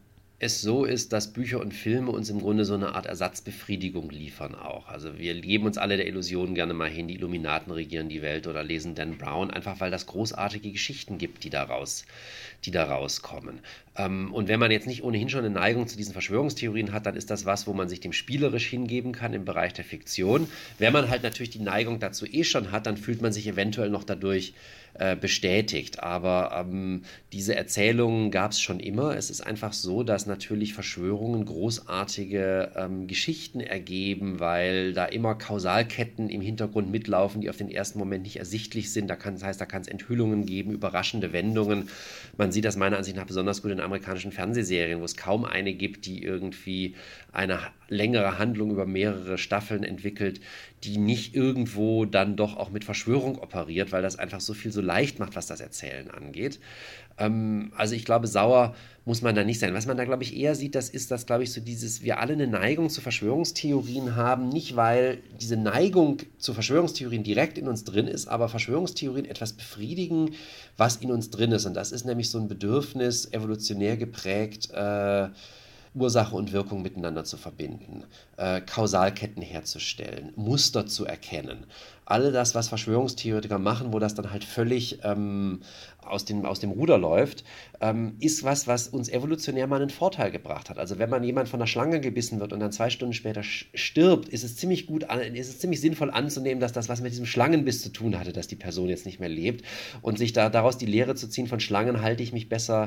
es so ist, dass Bücher und Filme uns im Grunde so eine Art Ersatzbefriedigung liefern auch. Also wir geben uns alle der Illusion gerne mal hin, die Illuminaten regieren die Welt oder lesen Dan Brown, einfach weil das großartige Geschichten gibt, die da rauskommen. Und wenn man jetzt nicht ohnehin schon eine Neigung zu diesen Verschwörungstheorien hat, dann ist das was, wo man sich dem spielerisch hingeben kann im Bereich der Fiktion. Wenn man halt natürlich die Neigung dazu schon hat, dann fühlt man sich eventuell noch dadurch bestätigt. Aber diese Erzählungen gab es schon immer. Es ist einfach so, dass natürlich Verschwörungen großartige Geschichten ergeben, weil da immer Kausalketten im Hintergrund mitlaufen, die auf den ersten Moment nicht ersichtlich sind. Da kann es Enthüllungen geben, überraschende Wendungen. Man sieht das meiner Ansicht nach besonders gut in amerikanischen Fernsehserien, wo es kaum eine gibt, die irgendwie eine längere Handlung über mehrere Staffeln entwickelt, die nicht irgendwo dann doch auch mit Verschwörung operiert, weil das einfach so viel so leicht macht, was das Erzählen angeht. Also ich glaube, sauer muss man da nicht sein. Was man da, glaube ich, eher sieht, das ist, dass, glaube ich, so dieses, wir alle eine Neigung zu Verschwörungstheorien haben, nicht weil diese Neigung zu Verschwörungstheorien direkt in uns drin ist, aber Verschwörungstheorien etwas befriedigen, was in uns drin ist. Und das ist nämlich so ein Bedürfnis, evolutionär geprägt, Ursache und Wirkung miteinander zu verbinden, Kausalketten herzustellen, Muster zu erkennen. All das, was Verschwörungstheoretiker machen, wo das dann halt völlig aus dem Ruder läuft, ist was uns evolutionär mal einen Vorteil gebracht hat. Also wenn man jemand von einer Schlange gebissen wird und dann 2 Stunden später stirbt, ist es ziemlich sinnvoll anzunehmen, dass das was mit diesem Schlangenbiss zu tun hatte, dass die Person jetzt nicht mehr lebt und sich daraus die Lehre zu ziehen von Schlangen, halte ich mich besser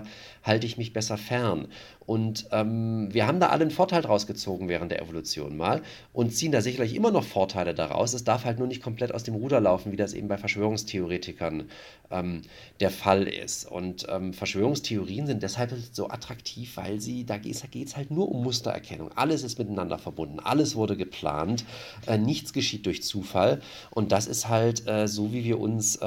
fern. Und wir haben da alle einen Vorteil draus gezogen während der Evolution mal und ziehen da sicherlich immer noch Vorteile daraus. Es darf halt nur nicht komplett aus dem Ruder laufen, wie das eben bei Verschwörungstheoretikern der Fall ist. Und Verschwörungstheorien sind deshalb so attraktiv, weil da geht es halt nur um Mustererkennung. Alles ist miteinander verbunden, alles wurde geplant, nichts geschieht durch Zufall. Und das ist halt so, wie wir uns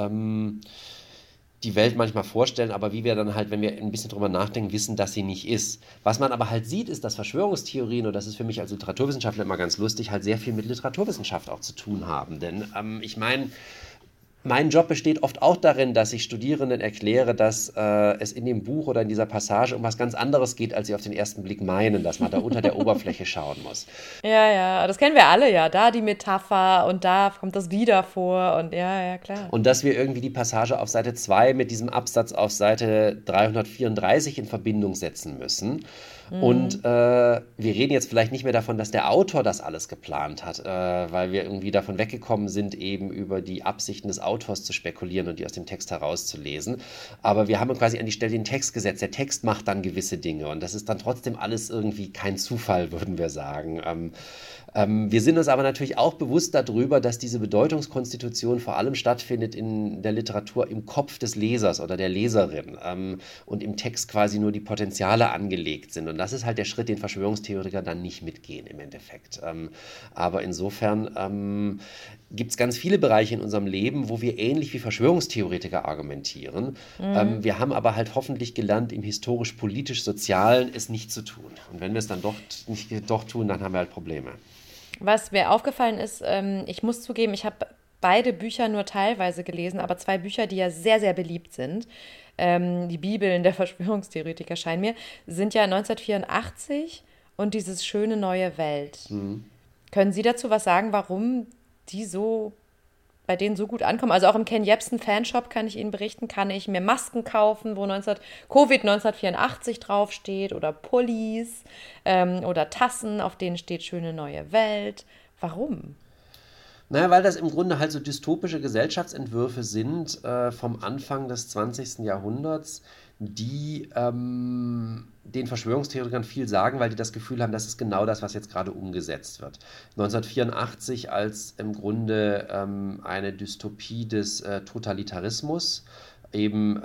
die Welt manchmal vorstellen, aber wie wir dann halt, wenn wir ein bisschen drüber nachdenken, wissen, dass sie nicht ist. Was man aber halt sieht, ist, dass Verschwörungstheorien, und das ist für mich als Literaturwissenschaftler immer ganz lustig, halt sehr viel mit Literaturwissenschaft auch zu tun haben. Denn ich meine, mein Job besteht oft auch darin, dass ich Studierenden erkläre, dass es in dem Buch oder in dieser Passage um was ganz anderes geht, als sie auf den ersten Blick meinen, dass man da unter der Oberfläche schauen muss. Ja, ja, das kennen wir alle, ja. Da die Metapher und da kommt das wieder vor und ja, ja, klar. Und dass wir irgendwie die Passage auf Seite 2 mit diesem Absatz auf Seite 334 in Verbindung setzen müssen. Und wir reden jetzt vielleicht nicht mehr davon, dass der Autor das alles geplant hat, weil wir irgendwie davon weggekommen sind, eben über die Absichten des Autors zu spekulieren und die aus dem Text herauszulesen. Aber wir haben quasi an die Stelle den Text gesetzt. Der Text macht dann gewisse Dinge und das ist dann trotzdem alles irgendwie kein Zufall, würden wir sagen. Wir sind uns aber natürlich auch bewusst darüber, dass diese Bedeutungskonstitution vor allem stattfindet in der Literatur im Kopf des Lesers oder der Leserin und im Text quasi nur die Potenziale angelegt sind. Und das ist halt der Schritt, den Verschwörungstheoretiker dann nicht mitgehen im Endeffekt. Aber insofern gibt es ganz viele Bereiche in unserem Leben, wo wir ähnlich wie Verschwörungstheoretiker argumentieren. Wir haben aber halt hoffentlich gelernt, im historisch-politisch-sozialen es nicht zu tun. Und wenn wir es dann doch tun, dann haben wir halt Probleme. Was mir aufgefallen ist, ich muss zugeben, ich habe beide Bücher nur teilweise gelesen, aber 2 Bücher, die ja sehr, sehr beliebt sind. Die Bibeln der Verschwörungstheoretiker scheinen mir, sind ja 1984 und dieses schöne neue Welt. Können Sie dazu was sagen, warum die bei denen so gut ankommen? Also auch im Ken Jebsen Fanshop kann ich Ihnen berichten, kann ich mir Masken kaufen, wo Covid 1984 draufsteht oder Pullis oder Tassen, auf denen steht schöne neue Welt. Warum? Naja, weil das im Grunde halt so dystopische Gesellschaftsentwürfe sind vom Anfang des 20. Jahrhunderts, die den Verschwörungstheoretikern viel sagen, weil die das Gefühl haben, das ist genau das, was jetzt gerade umgesetzt wird. 1984 als im Grunde eine Dystopie des Totalitarismus, eben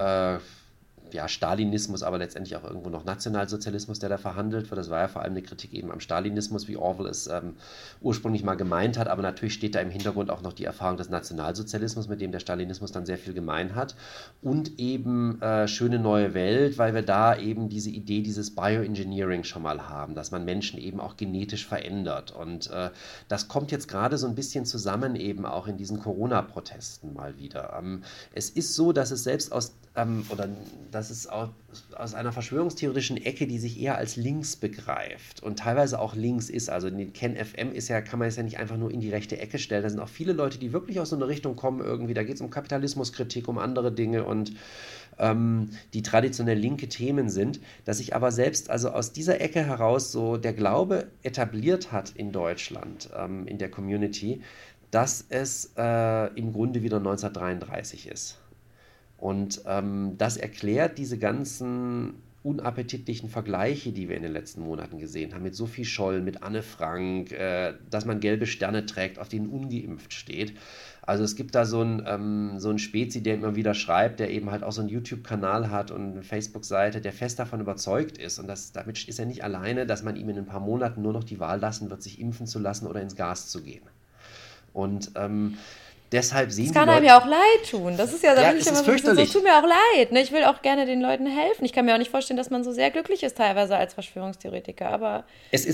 Stalinismus, aber letztendlich auch irgendwo noch Nationalsozialismus, der da verhandelt wird. Das war ja vor allem eine Kritik eben am Stalinismus, wie Orwell es ursprünglich mal gemeint hat, aber natürlich steht da im Hintergrund auch noch die Erfahrung des Nationalsozialismus, mit dem der Stalinismus dann sehr viel gemein hat und eben schöne neue Welt, weil wir da eben diese Idee dieses Bioengineering schon mal haben, dass man Menschen eben auch genetisch verändert und das kommt jetzt gerade so ein bisschen zusammen eben auch in diesen Corona-Protesten mal wieder. Es ist so, dass es selbst dass es ist aus einer verschwörungstheoretischen Ecke, die sich eher als links begreift und teilweise auch links ist. Also in den KenFM kann man es ja nicht einfach nur in die rechte Ecke stellen. Da sind auch viele Leute, die wirklich aus so einer Richtung kommen irgendwie. Da geht es um Kapitalismuskritik, um andere Dinge und die traditionell linke Themen sind, dass sich aber selbst also aus dieser Ecke heraus so der Glaube etabliert hat in Deutschland, in der Community, dass es im Grunde wieder 1933 ist. Und das erklärt diese ganzen unappetitlichen Vergleiche, die wir in den letzten Monaten gesehen haben, mit Sophie Scholl, mit Anne Frank, dass man gelbe Sterne trägt, auf denen ungeimpft steht. Also es gibt da so einen Spezi, der immer wieder schreibt, der eben halt auch so einen YouTube-Kanal hat und eine Facebook-Seite, der fest davon überzeugt ist. Und damit ist er nicht alleine, dass man ihm in ein paar Monaten nur noch die Wahl lassen wird, sich impfen zu lassen oder ins Gas zu gehen. Und deshalb sehen Das die kann Leute... einem ja auch leid tun. Das ist ja, da Ja, bin ich es immer ist so ein bisschen so, fürchterlich. tut mir auch leid. Ne? Ich will auch gerne den Leuten helfen. Ich kann mir auch nicht vorstellen, dass man so sehr glücklich ist teilweise als Verschwörungstheoretiker, aber Es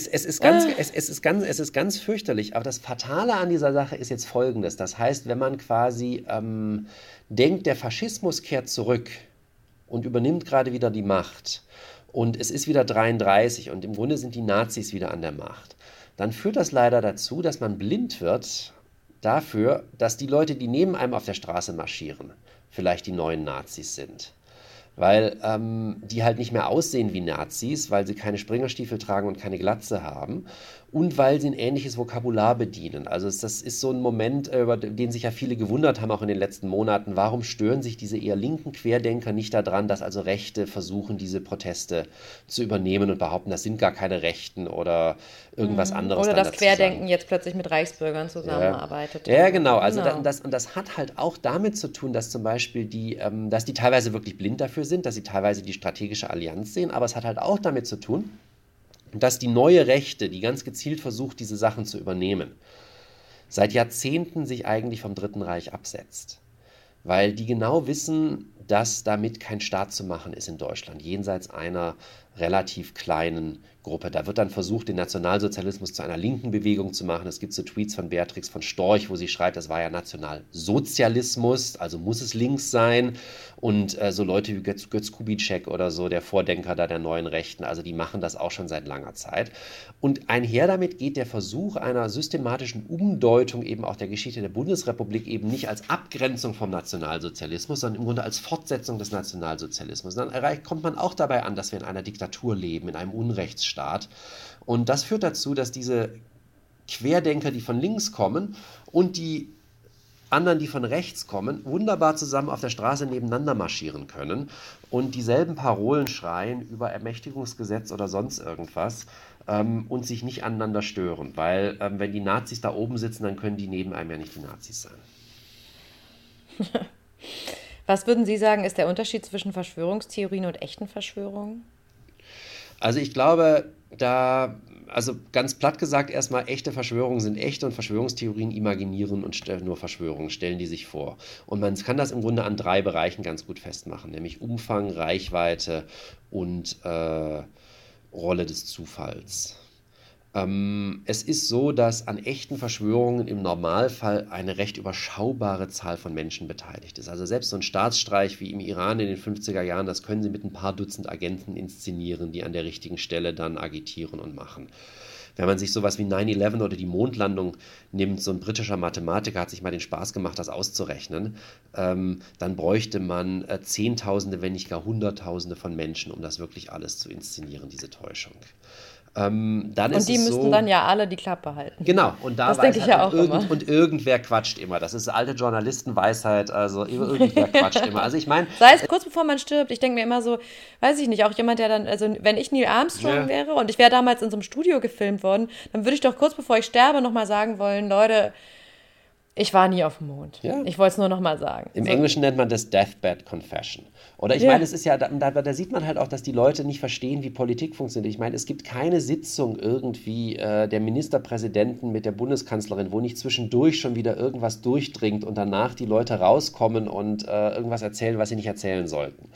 ist ganz fürchterlich, aber das Fatale an dieser Sache ist jetzt Folgendes. Das heißt, wenn man quasi denkt, der Faschismus kehrt zurück und übernimmt gerade wieder die Macht und es ist wieder 33 und im Grunde sind die Nazis wieder an der Macht, dann führt das leider dazu, dass man blind wird dafür, dass die Leute, die neben einem auf der Straße marschieren, vielleicht die neuen Nazis sind. Weil die halt nicht mehr aussehen wie Nazis, weil sie keine Springerstiefel tragen und keine Glatze haben und weil sie ein ähnliches Vokabular bedienen. Also das ist so ein Moment, über den sich ja viele gewundert haben, auch in den letzten Monaten. Warum stören sich diese eher linken Querdenker nicht daran, dass also Rechte versuchen, diese Proteste zu übernehmen und behaupten, das sind gar keine Rechten oder irgendwas anderes oder dann dass dazu sagen. Querdenken jetzt plötzlich mit Reichsbürgern zusammenarbeitet. Ja, genau. Also Genau. das hat halt auch damit zu tun, dass zum Beispiel dass die teilweise wirklich blind dafür sind, dass sie teilweise die strategische Allianz sehen, aber es hat halt auch damit zu tun, dass die neue Rechte, die ganz gezielt versucht, diese Sachen zu übernehmen, seit Jahrzehnten sich eigentlich vom Dritten Reich absetzt. Weil die genau wissen, dass damit kein Staat zu machen ist in Deutschland, jenseits einer relativ kleinen Gruppe. Da wird dann versucht, den Nationalsozialismus zu einer linken Bewegung zu machen. Es gibt so Tweets von Beatrix von Storch, wo sie schreibt, das war ja Nationalsozialismus, also muss es links sein. Und so Leute wie Götz Kubitschek oder so, der Vordenker da der neuen Rechten, also die machen das auch schon seit langer Zeit. Und einher damit geht der Versuch einer systematischen Umdeutung eben auch der Geschichte der Bundesrepublik eben nicht als Abgrenzung vom Nationalsozialismus, sondern im Grunde als Fortsetzung des Nationalsozialismus. Und dann kommt man auch dabei an, dass wir in einer Diktatur leben, in einem Unrechtsstaat. Und das führt dazu, dass diese Querdenker, die von links kommen und die anderen, die von rechts kommen, wunderbar zusammen auf der Straße nebeneinander marschieren können und dieselben Parolen schreien über Ermächtigungsgesetz oder sonst irgendwas und sich nicht aneinander stören. Weil wenn die Nazis da oben sitzen, dann können die neben einem ja nicht die Nazis sein. Was würden Sie sagen, ist der Unterschied zwischen Verschwörungstheorien und echten Verschwörungen? Also ich glaube, also ganz platt gesagt, erstmal echte Verschwörungen sind echte und Verschwörungstheorien imaginieren und nur Verschwörungen, stellen die sich vor. Und man kann das im Grunde an 3 Bereichen ganz gut festmachen, nämlich Umfang, Reichweite und Rolle des Zufalls. Es ist so, dass an echten Verschwörungen im Normalfall eine recht überschaubare Zahl von Menschen beteiligt ist. Also selbst so ein Staatsstreich wie im Iran in den 50er Jahren, das können sie mit ein paar Dutzend Agenten inszenieren, die an der richtigen Stelle dann agitieren und machen. Wenn man sich sowas wie 9/11 oder die Mondlandung nimmt, so ein britischer Mathematiker hat sich mal den Spaß gemacht, das auszurechnen, dann bräuchte man Zehntausende, wenn nicht gar Hunderttausende von Menschen, um das wirklich alles zu inszenieren, diese Täuschung. Dann Und ist die es müssten so, dann ja alle die Klappe halten. genau, und da Das weiß denke ich halt, ja auch immer. und irgendwer quatscht immer. Das ist alte Journalistenweisheit, also irgendwer quatscht immer. Also ich meine, Sei es kurz bevor man stirbt, ich denke mir immer so, weiß ich nicht, auch jemand, der dann, also wenn ich Neil Armstrong ja, wäre und ich wäre damals in so einem Studio gefilmt worden, dann würde ich doch kurz bevor ich sterbe nochmal sagen wollen, Leute, ich war nie auf dem Mond. ja, Ich wollte es nur nochmal sagen. im So, Englischen nennt man das Deathbed Confession. Oder ich meine, ja. es ist ja, da sieht man halt auch, dass die Leute nicht verstehen, wie Politik funktioniert. Ich meine, es gibt keine Sitzung irgendwie der Ministerpräsidenten mit der Bundeskanzlerin, wo nicht zwischendurch schon wieder irgendwas durchdringt und danach die Leute rauskommen und irgendwas erzählen, was sie nicht erzählen sollten.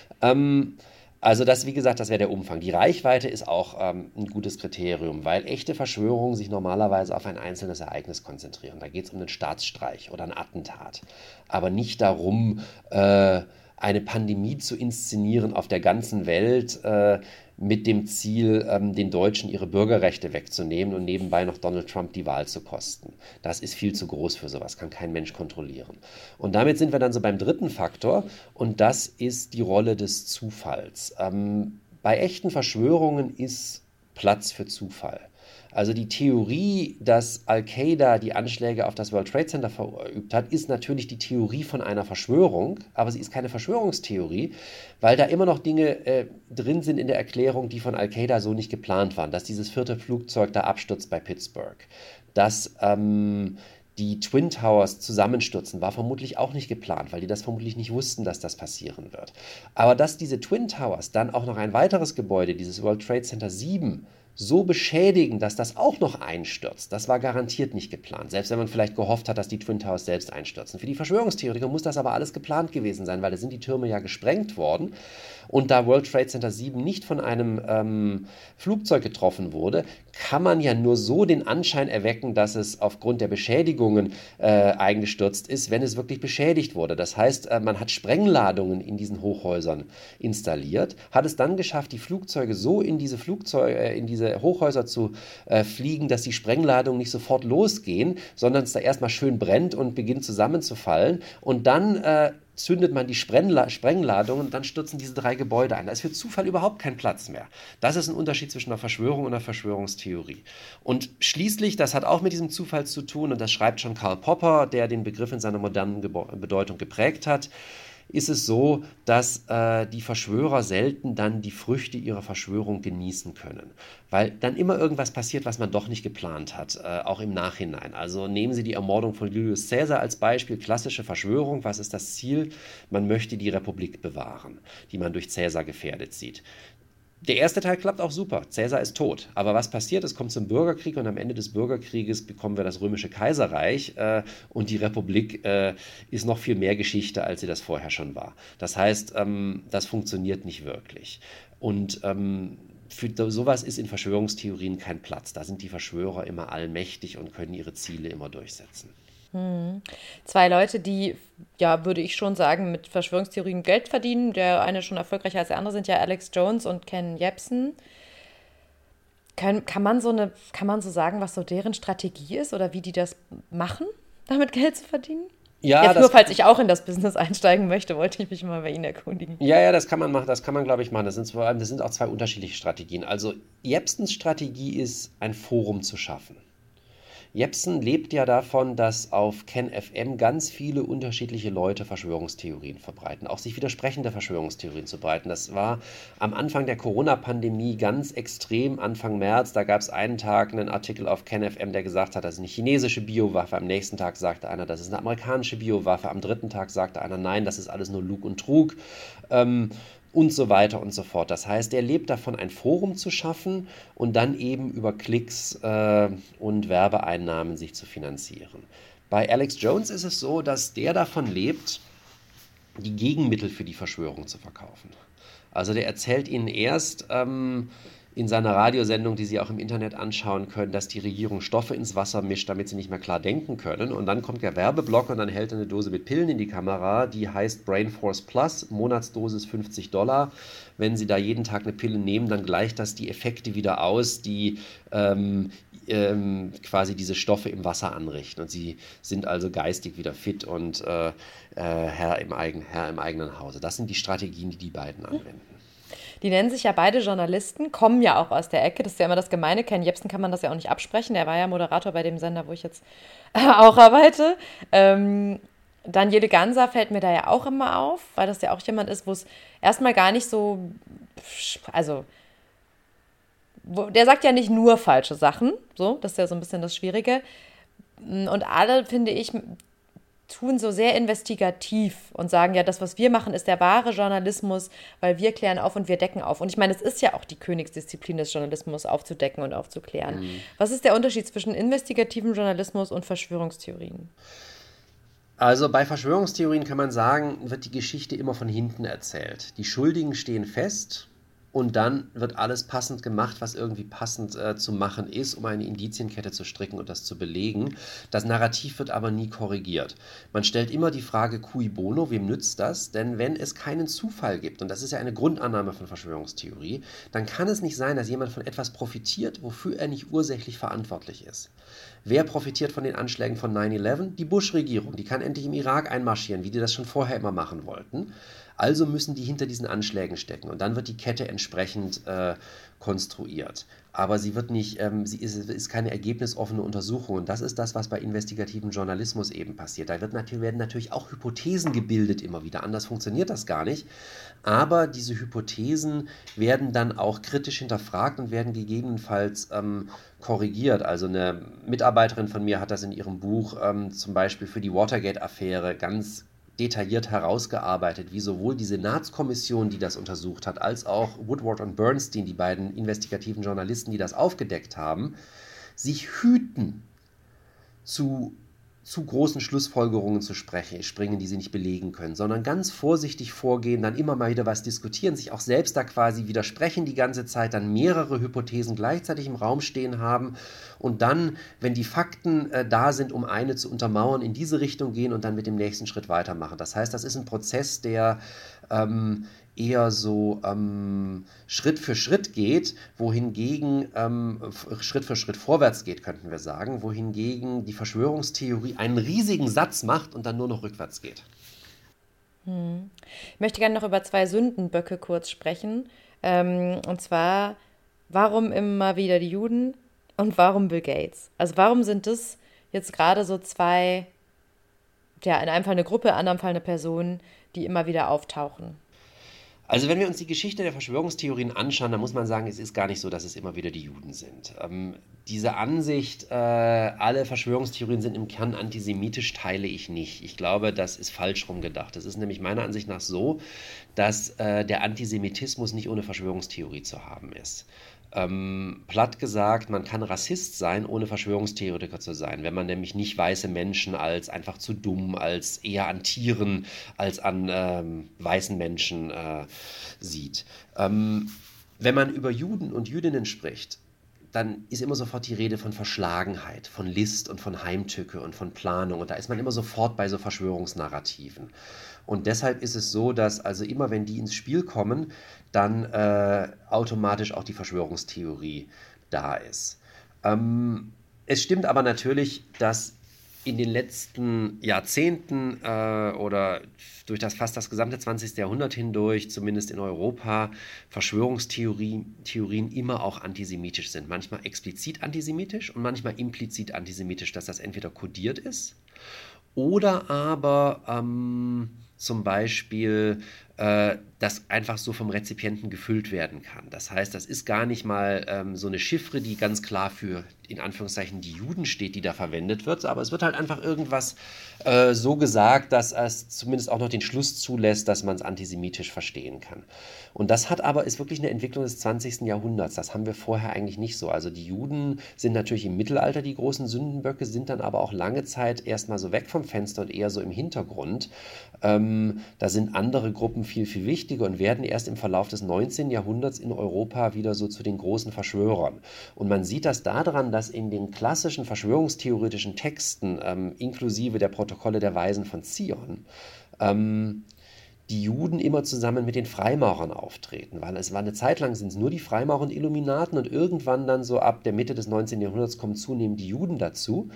Also das, wie gesagt, das wäre der Umfang. Die Reichweite ist auch ein gutes Kriterium, weil echte Verschwörungen sich normalerweise auf ein einzelnes Ereignis konzentrieren. Da geht es um einen Staatsstreich oder ein Attentat, aber nicht darum, eine Pandemie zu inszenieren auf der ganzen Welt, mit dem Ziel, den Deutschen ihre Bürgerrechte wegzunehmen und nebenbei noch Donald Trump die Wahl zu kosten. Das ist viel zu groß für sowas, kann kein Mensch kontrollieren. Und damit sind wir dann so beim dritten Faktor, und das ist die Rolle des Zufalls. Bei echten Verschwörungen ist Platz für Zufall. Also die Theorie, dass Al-Qaida die Anschläge auf das World Trade Center verübt hat, ist natürlich die Theorie von einer Verschwörung, aber sie ist keine Verschwörungstheorie, weil da immer noch Dinge drin sind in der Erklärung, die von Al-Qaida so nicht geplant waren. Dass dieses 4. Flugzeug da abstürzt bei Pittsburgh, dass die Twin Towers zusammenstürzen, war vermutlich auch nicht geplant, weil die das vermutlich nicht wussten, dass das passieren wird. Aber dass diese Twin Towers dann auch noch ein weiteres Gebäude, dieses World Trade Center 7, so beschädigen, dass das auch noch einstürzt, das war garantiert nicht geplant. Selbst wenn man vielleicht gehofft hat, dass die Twin Towers selbst einstürzen. Für die Verschwörungstheoretiker muss das aber alles geplant gewesen sein, weil da sind die Türme ja gesprengt worden. Und da World Trade Center 7 nicht von einem Flugzeug getroffen wurde, kann man ja nur so den Anschein erwecken, dass es aufgrund der Beschädigungen eingestürzt ist, wenn es wirklich beschädigt wurde. Das heißt, man hat Sprengladungen in diesen Hochhäusern installiert, hat es dann geschafft, die Flugzeuge so in diese Hochhäuser zu fliegen, dass die Sprengladungen nicht sofort losgehen, sondern es da erstmal schön brennt und beginnt zusammenzufallen. Und dann zündet man die Sprengladungen und dann stürzen diese 3 Gebäude ein. Da ist für Zufall überhaupt kein Platz mehr. Das ist ein Unterschied zwischen einer Verschwörung und einer Verschwörungstheorie. Und schließlich, das hat auch mit diesem Zufall zu tun, und das schreibt schon Karl Popper, der den Begriff in seiner modernen Bedeutung geprägt hat, ist es so, dass die Verschwörer selten dann die Früchte ihrer Verschwörung genießen können. Weil dann immer irgendwas passiert, was man doch nicht geplant hat, auch im Nachhinein. Also nehmen Sie die Ermordung von Julius Caesar als Beispiel, klassische Verschwörung. Was ist das Ziel? Man möchte die Republik bewahren, die man durch Caesar gefährdet sieht. Der erste Teil klappt auch super. Caesar ist tot. Aber was passiert? Es kommt zum Bürgerkrieg, und am Ende des Bürgerkrieges bekommen wir das Römische Kaiserreich, und die Republik ist noch viel mehr Geschichte, als sie das vorher schon war. Das heißt, das funktioniert nicht wirklich. Und für sowas ist in Verschwörungstheorien kein Platz. Da sind die Verschwörer immer allmächtig und können ihre Ziele immer durchsetzen. 2 Leute, die, ja, würde ich schon sagen, mit Verschwörungstheorien Geld verdienen. Der eine schon erfolgreicher als der andere, sind ja Alex Jones und Ken Jebsen. Kann man so sagen, was so deren Strategie ist oder wie die das machen, damit Geld zu verdienen? Ja, Jetzt nur, falls ich auch in das Business einsteigen möchte, wollte ich mich mal bei Ihnen erkundigen. ja, das kann man machen, das kann man, glaube ich, machen. Das sind auch 2 unterschiedliche Strategien. Also Jebsens Strategie ist, ein Forum zu schaffen. Jebsen lebt ja davon, dass auf KenFM ganz viele unterschiedliche Leute Verschwörungstheorien verbreiten, auch sich widersprechende Verschwörungstheorien zu breiten. Das war am Anfang der Corona-Pandemie ganz extrem, Anfang März. Da gab es einen Tag einen Artikel auf KenFM, der gesagt hat, das ist eine chinesische Biowaffe. Am nächsten Tag sagte einer, das ist eine amerikanische Biowaffe. Am 3. Tag sagte einer, nein, das ist alles nur Lug und Trug. Und so weiter und so fort. Das heißt, er lebt davon, ein Forum zu schaffen und dann eben über Klicks und Werbeeinnahmen sich zu finanzieren. Bei Alex Jones ist es so, dass der davon lebt, die Gegenmittel für die Verschwörung zu verkaufen. Also der erzählt Ihnen erst in seiner Radiosendung, die Sie auch im Internet anschauen können, dass die Regierung Stoffe ins Wasser mischt, damit sie nicht mehr klar denken können. Und dann kommt der Werbeblock und dann hält er eine Dose mit Pillen in die Kamera, die heißt Brain Force Plus, Monatsdosis $50. Wenn Sie da jeden Tag eine Pille nehmen, dann gleicht das die Effekte wieder aus, die quasi diese Stoffe im Wasser anrichten. Und Sie sind also geistig wieder fit und Herr im eigenen Hause. Das sind die Strategien, die die beiden anwenden. Die nennen sich ja beide Journalisten, kommen ja auch aus der Ecke. Das ist ja immer das Gemeine. Ken Jebsen kann man das ja auch nicht absprechen. Der war ja Moderator bei dem Sender, wo ich jetzt auch arbeite. Daniele Ganser fällt mir da ja auch immer auf, weil das ja auch jemand ist, wo es erstmal gar nicht so, also der sagt ja nicht nur falsche Sachen, so, das ist ja so ein bisschen das Schwierige. Und alle, finde ich, tun so sehr investigativ und sagen, ja, das, was wir machen, ist der wahre Journalismus, weil wir klären auf und wir decken auf. Und ich meine, es ist ja auch die Königsdisziplin des Journalismus, aufzudecken und aufzuklären. Was ist der Unterschied zwischen investigativem Journalismus und Verschwörungstheorien? Also bei Verschwörungstheorien kann man sagen, wird die Geschichte immer von hinten erzählt. Die Schuldigen stehen fest Und dann wird alles passend gemacht, was irgendwie passend zu machen ist, um eine Indizienkette zu stricken und das zu belegen. Das Narrativ wird aber nie korrigiert. Man stellt immer die Frage, cui bono, wem nützt das? Denn wenn es keinen Zufall gibt, und das ist ja eine Grundannahme von Verschwörungstheorie, dann kann es nicht sein, dass jemand von etwas profitiert, wofür er nicht ursächlich verantwortlich ist. Wer profitiert von den Anschlägen von 9/11? Die Bush-Regierung. Die kann endlich im Irak einmarschieren, wie die das schon vorher immer machen wollten. Also müssen die hinter diesen Anschlägen stecken und dann wird die Kette entsprechend konstruiert. Aber sie wird nicht, ist keine ergebnisoffene Untersuchung und das ist das, was bei investigativem Journalismus eben passiert. Da werden natürlich auch Hypothesen gebildet immer wieder, anders funktioniert das gar nicht. Aber diese Hypothesen werden dann auch kritisch hinterfragt und werden gegebenenfalls korrigiert. Also eine Mitarbeiterin von mir hat das in ihrem Buch zum Beispiel für die Watergate-Affäre ganz detailliert herausgearbeitet, wie sowohl die Senatskommission, die das untersucht hat, als auch Woodward und Bernstein, die beiden investigativen Journalisten, die das aufgedeckt haben, sich hüten, zu großen Schlussfolgerungen zu springen, die sie nicht belegen können, sondern ganz vorsichtig vorgehen, dann immer mal wieder was diskutieren, sich auch selbst da quasi widersprechen die ganze Zeit, dann mehrere Hypothesen gleichzeitig im Raum stehen haben und dann, wenn die Fakten da sind, um eine zu untermauern, in diese Richtung gehen und dann mit dem nächsten Schritt weitermachen. Das heißt, das ist ein Prozess, der eher so Schritt für Schritt geht, wohingegen Schritt für Schritt vorwärts geht, könnten wir sagen, wohingegen die Verschwörungstheorie einen riesigen Satz macht und dann nur noch rückwärts geht. Ich möchte gerne noch über zwei Sündenböcke kurz sprechen. Und zwar, warum immer wieder die Juden und warum Bill Gates? Also warum sind das jetzt gerade so zwei, ja, in einem Fall eine Gruppe, in einem Fall eine Person, die immer wieder auftauchen? Also wenn wir uns die Geschichte der Verschwörungstheorien anschauen, dann muss man sagen, es ist gar nicht so, dass es immer wieder die Juden sind. Diese Ansicht, alle Verschwörungstheorien sind im Kern antisemitisch, teile ich nicht. Ich glaube, das ist falsch rumgedacht. Es ist nämlich meiner Ansicht nach so, dass der Antisemitismus nicht ohne Verschwörungstheorie zu haben ist. Platt gesagt, man kann Rassist sein, ohne Verschwörungstheoretiker zu sein, wenn man nämlich nicht weiße Menschen als einfach zu dumm, als eher an Tieren als an weißen Menschen sieht. Wenn man über Juden und Jüdinnen spricht, dann ist immer sofort die Rede von Verschlagenheit, von List und von Heimtücke und von Planung. Und da ist man immer sofort bei so Verschwörungsnarrativen. Und deshalb ist es so, dass also immer, wenn die ins Spiel kommen, dann automatisch auch die Verschwörungstheorie da ist. Es stimmt aber natürlich, dass in den letzten Jahrzehnten oder durch fast das gesamte 20. Jahrhundert hindurch, zumindest in Europa, Verschwörungstheorien immer auch antisemitisch sind. Manchmal explizit antisemitisch und manchmal implizit antisemitisch, dass das entweder kodiert ist oder aber zum Beispiel das einfach so vom Rezipienten gefüllt werden kann. Das heißt, das ist gar nicht mal so eine Chiffre, die ganz klar für, in Anführungszeichen, die Juden steht, die da verwendet wird, aber es wird halt einfach irgendwas so gesagt, dass es zumindest auch noch den Schluss zulässt, dass man es antisemitisch verstehen kann. Und das ist wirklich eine Entwicklung des 20. Jahrhunderts. Das haben wir vorher eigentlich nicht so. Also die Juden sind natürlich im Mittelalter die großen Sündenböcke, sind dann aber auch lange Zeit erstmal so weg vom Fenster und eher so im Hintergrund. Da sind andere Gruppen viel, viel wichtiger und werden erst im Verlauf des 19. Jahrhunderts in Europa wieder so zu den großen Verschwörern. Und man sieht das daran, dass in den klassischen verschwörungstheoretischen Texten, inklusive der Protokolle der Weisen von Zion, die Juden immer zusammen mit den Freimaurern auftreten, weil es war eine Zeit lang sind es nur die Freimaurer und Illuminaten und irgendwann dann so ab der Mitte des 19. Jahrhunderts kommen zunehmend die Juden dazu.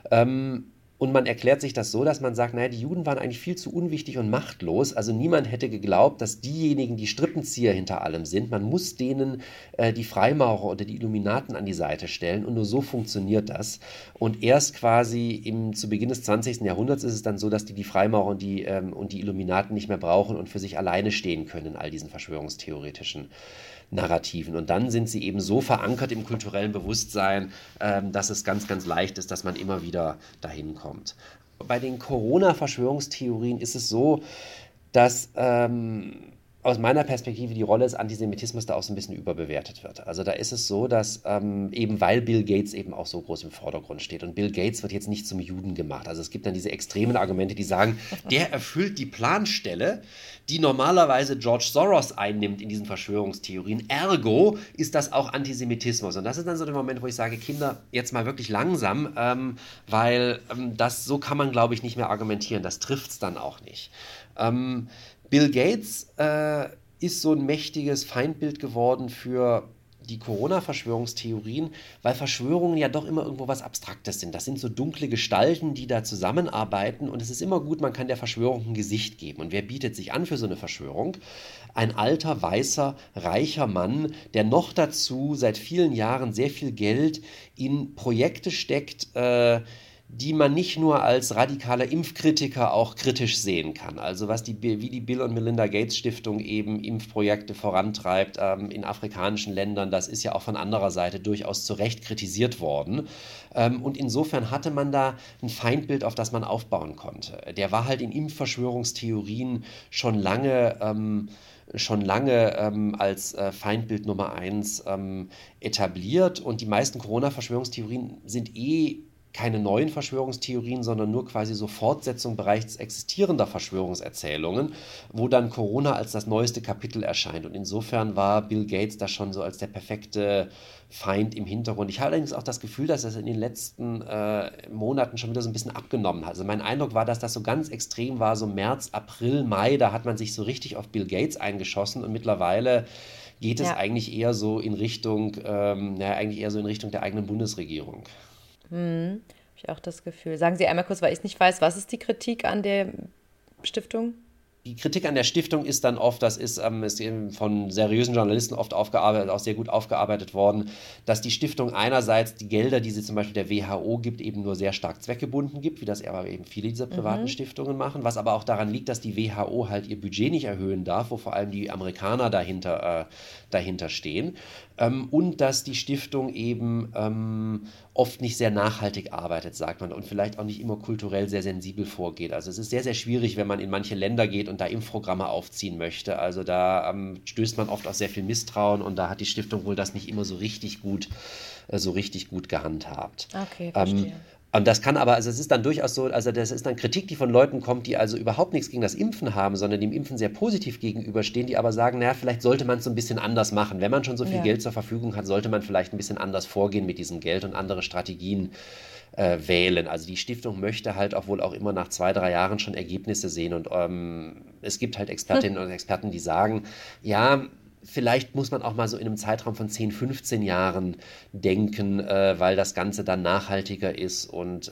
Und man erklärt sich das so, dass man sagt, naja, die Juden waren eigentlich viel zu unwichtig und machtlos. Also niemand hätte geglaubt, dass diejenigen die Strippenzieher hinter allem sind. Man muss denen die Freimaurer oder die Illuminaten an die Seite stellen und nur so funktioniert das. Und erst quasi zu Beginn des 20. Jahrhunderts ist es dann so, dass die Freimaurer und die Illuminaten nicht mehr brauchen und für sich alleine stehen können in all diesen verschwörungstheoretischen Narrativen. Und dann sind sie eben so verankert im kulturellen Bewusstsein, dass es ganz, ganz leicht ist, dass man immer wieder dahin kommt. Bei den Corona-Verschwörungstheorien ist es so, dass aus meiner Perspektive die Rolle des Antisemitismus da auch so ein bisschen überbewertet wird. Also da ist es so, dass eben weil Bill Gates eben auch so groß im Vordergrund steht und Bill Gates wird jetzt nicht zum Juden gemacht. Also es gibt dann diese extremen Argumente, die sagen, der erfüllt die Planstelle, die normalerweise George Soros einnimmt in diesen Verschwörungstheorien. Ergo ist das auch Antisemitismus. Und das ist dann so der Moment, wo ich sage, Kinder, jetzt mal wirklich langsam, weil so kann man, glaube ich, nicht mehr argumentieren. Das trifft es dann auch nicht. Bill Gates ist so ein mächtiges Feindbild geworden für die Corona-Verschwörungstheorien, weil Verschwörungen ja doch immer irgendwo was Abstraktes sind. Das sind so dunkle Gestalten, die da zusammenarbeiten und es ist immer gut, man kann der Verschwörung ein Gesicht geben. Und wer bietet sich an für so eine Verschwörung? Ein alter, weißer, reicher Mann, der noch dazu seit vielen Jahren sehr viel Geld in Projekte steckt, die man nicht nur als radikaler Impfkritiker auch kritisch sehen kann. Also wie die Bill und Melinda Gates Stiftung eben Impfprojekte vorantreibt in afrikanischen Ländern, das ist ja auch von anderer Seite durchaus zu Recht kritisiert worden. Und insofern hatte man da ein Feindbild, auf das man aufbauen konnte. Der war halt in Impfverschwörungstheorien schon lange als Feindbild Nummer 1 etabliert und die meisten Corona-Verschwörungstheorien sind keine neuen Verschwörungstheorien, sondern nur quasi so Fortsetzung bereits existierender Verschwörungserzählungen, wo dann Corona als das neueste Kapitel erscheint. Und insofern war Bill Gates da schon so als der perfekte Feind im Hintergrund. Ich habe allerdings auch das Gefühl, dass das in den letzten Monaten schon wieder so ein bisschen abgenommen hat. Also mein Eindruck war, dass das so ganz extrem war, so März, April, Mai, da hat man sich so richtig auf Bill Gates eingeschossen und mittlerweile geht es eigentlich eher so in Richtung, der eigenen Bundesregierung. Habe ich auch das Gefühl. Sagen Sie einmal kurz, weil ich nicht weiß, was ist die Kritik an der Stiftung? Die Kritik an der Stiftung ist dann oft, ist eben von seriösen Journalisten oft aufgearbeitet, auch sehr gut aufgearbeitet worden, dass die Stiftung einerseits die Gelder, die sie zum Beispiel der WHO gibt, eben nur sehr stark zweckgebunden gibt, wie das aber eben viele dieser privaten Stiftungen machen, was aber auch daran liegt, dass die WHO halt ihr Budget nicht erhöhen darf, wo vor allem die Amerikaner dahinter stehen. Und dass die Stiftung eben oft nicht sehr nachhaltig arbeitet, sagt man, und vielleicht auch nicht immer kulturell sehr sensibel vorgeht. Also es ist sehr, sehr schwierig, wenn man in manche Länder geht und da Impfprogramme aufziehen möchte. Also da stößt man oft auf sehr viel Misstrauen und da hat die Stiftung wohl das nicht immer so richtig gut gehandhabt. Okay, verstehe. Und das kann aber, also es ist dann durchaus so, also das ist dann Kritik, die von Leuten kommt, die also überhaupt nichts gegen das Impfen haben, sondern dem Impfen sehr positiv gegenüberstehen, die aber sagen, naja, vielleicht sollte man es so ein bisschen anders machen. Wenn man schon so viel Geld zur Verfügung hat, sollte man vielleicht ein bisschen anders vorgehen mit diesem Geld und andere Strategien wählen. Also die Stiftung möchte halt auch wohl auch immer nach 2-3 Jahren schon Ergebnisse sehen und es gibt halt Expertinnen und Experten, die sagen, ja, vielleicht muss man auch mal so in einem Zeitraum von 10, 15 Jahren denken, weil das Ganze dann nachhaltiger ist und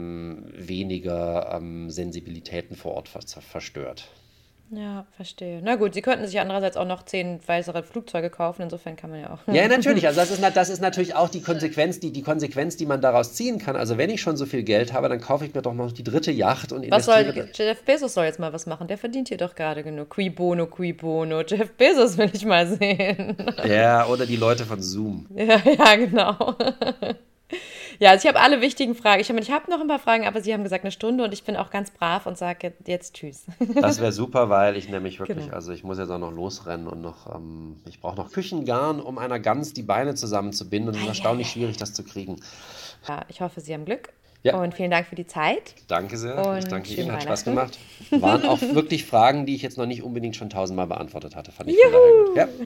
weniger Sensibilitäten vor Ort verstört. Ja, verstehe. Na gut, Sie könnten sich andererseits auch noch 10 weitere Flugzeuge kaufen, insofern kann man ja auch. Ja, natürlich. Also das ist natürlich auch die Konsequenz, die man daraus ziehen kann. Also wenn ich schon so viel Geld habe, dann kaufe ich mir doch noch die 3. Yacht und investiere. Jeff Bezos soll jetzt mal was machen, der verdient hier doch gerade genug. Qui bono, qui bono. Jeff Bezos will ich mal sehen. Ja, oder die Leute von Zoom. Ja, genau. Ja, also ich habe alle wichtigen Fragen. Ich habe noch ein paar Fragen, aber Sie haben gesagt 1 Stunde und ich bin auch ganz brav und sage jetzt tschüss. Das wäre super, weil ich nämlich wirklich, Genau. also ich muss jetzt auch noch losrennen und ich brauche noch Küchengarn, um einer Gans die Beine zusammenzubinden und es ist erstaunlich schwierig, das zu kriegen. Ja, ich hoffe, Sie haben Glück. Ja. Und vielen Dank für die Zeit. Danke sehr. Und Ich danke schöne Ihnen, hat Spaß Weihnachten. gemacht. Waren auch wirklich Fragen, die ich jetzt noch nicht unbedingt schon 1000-mal beantwortet hatte. Fand ich von daher gut. Ja.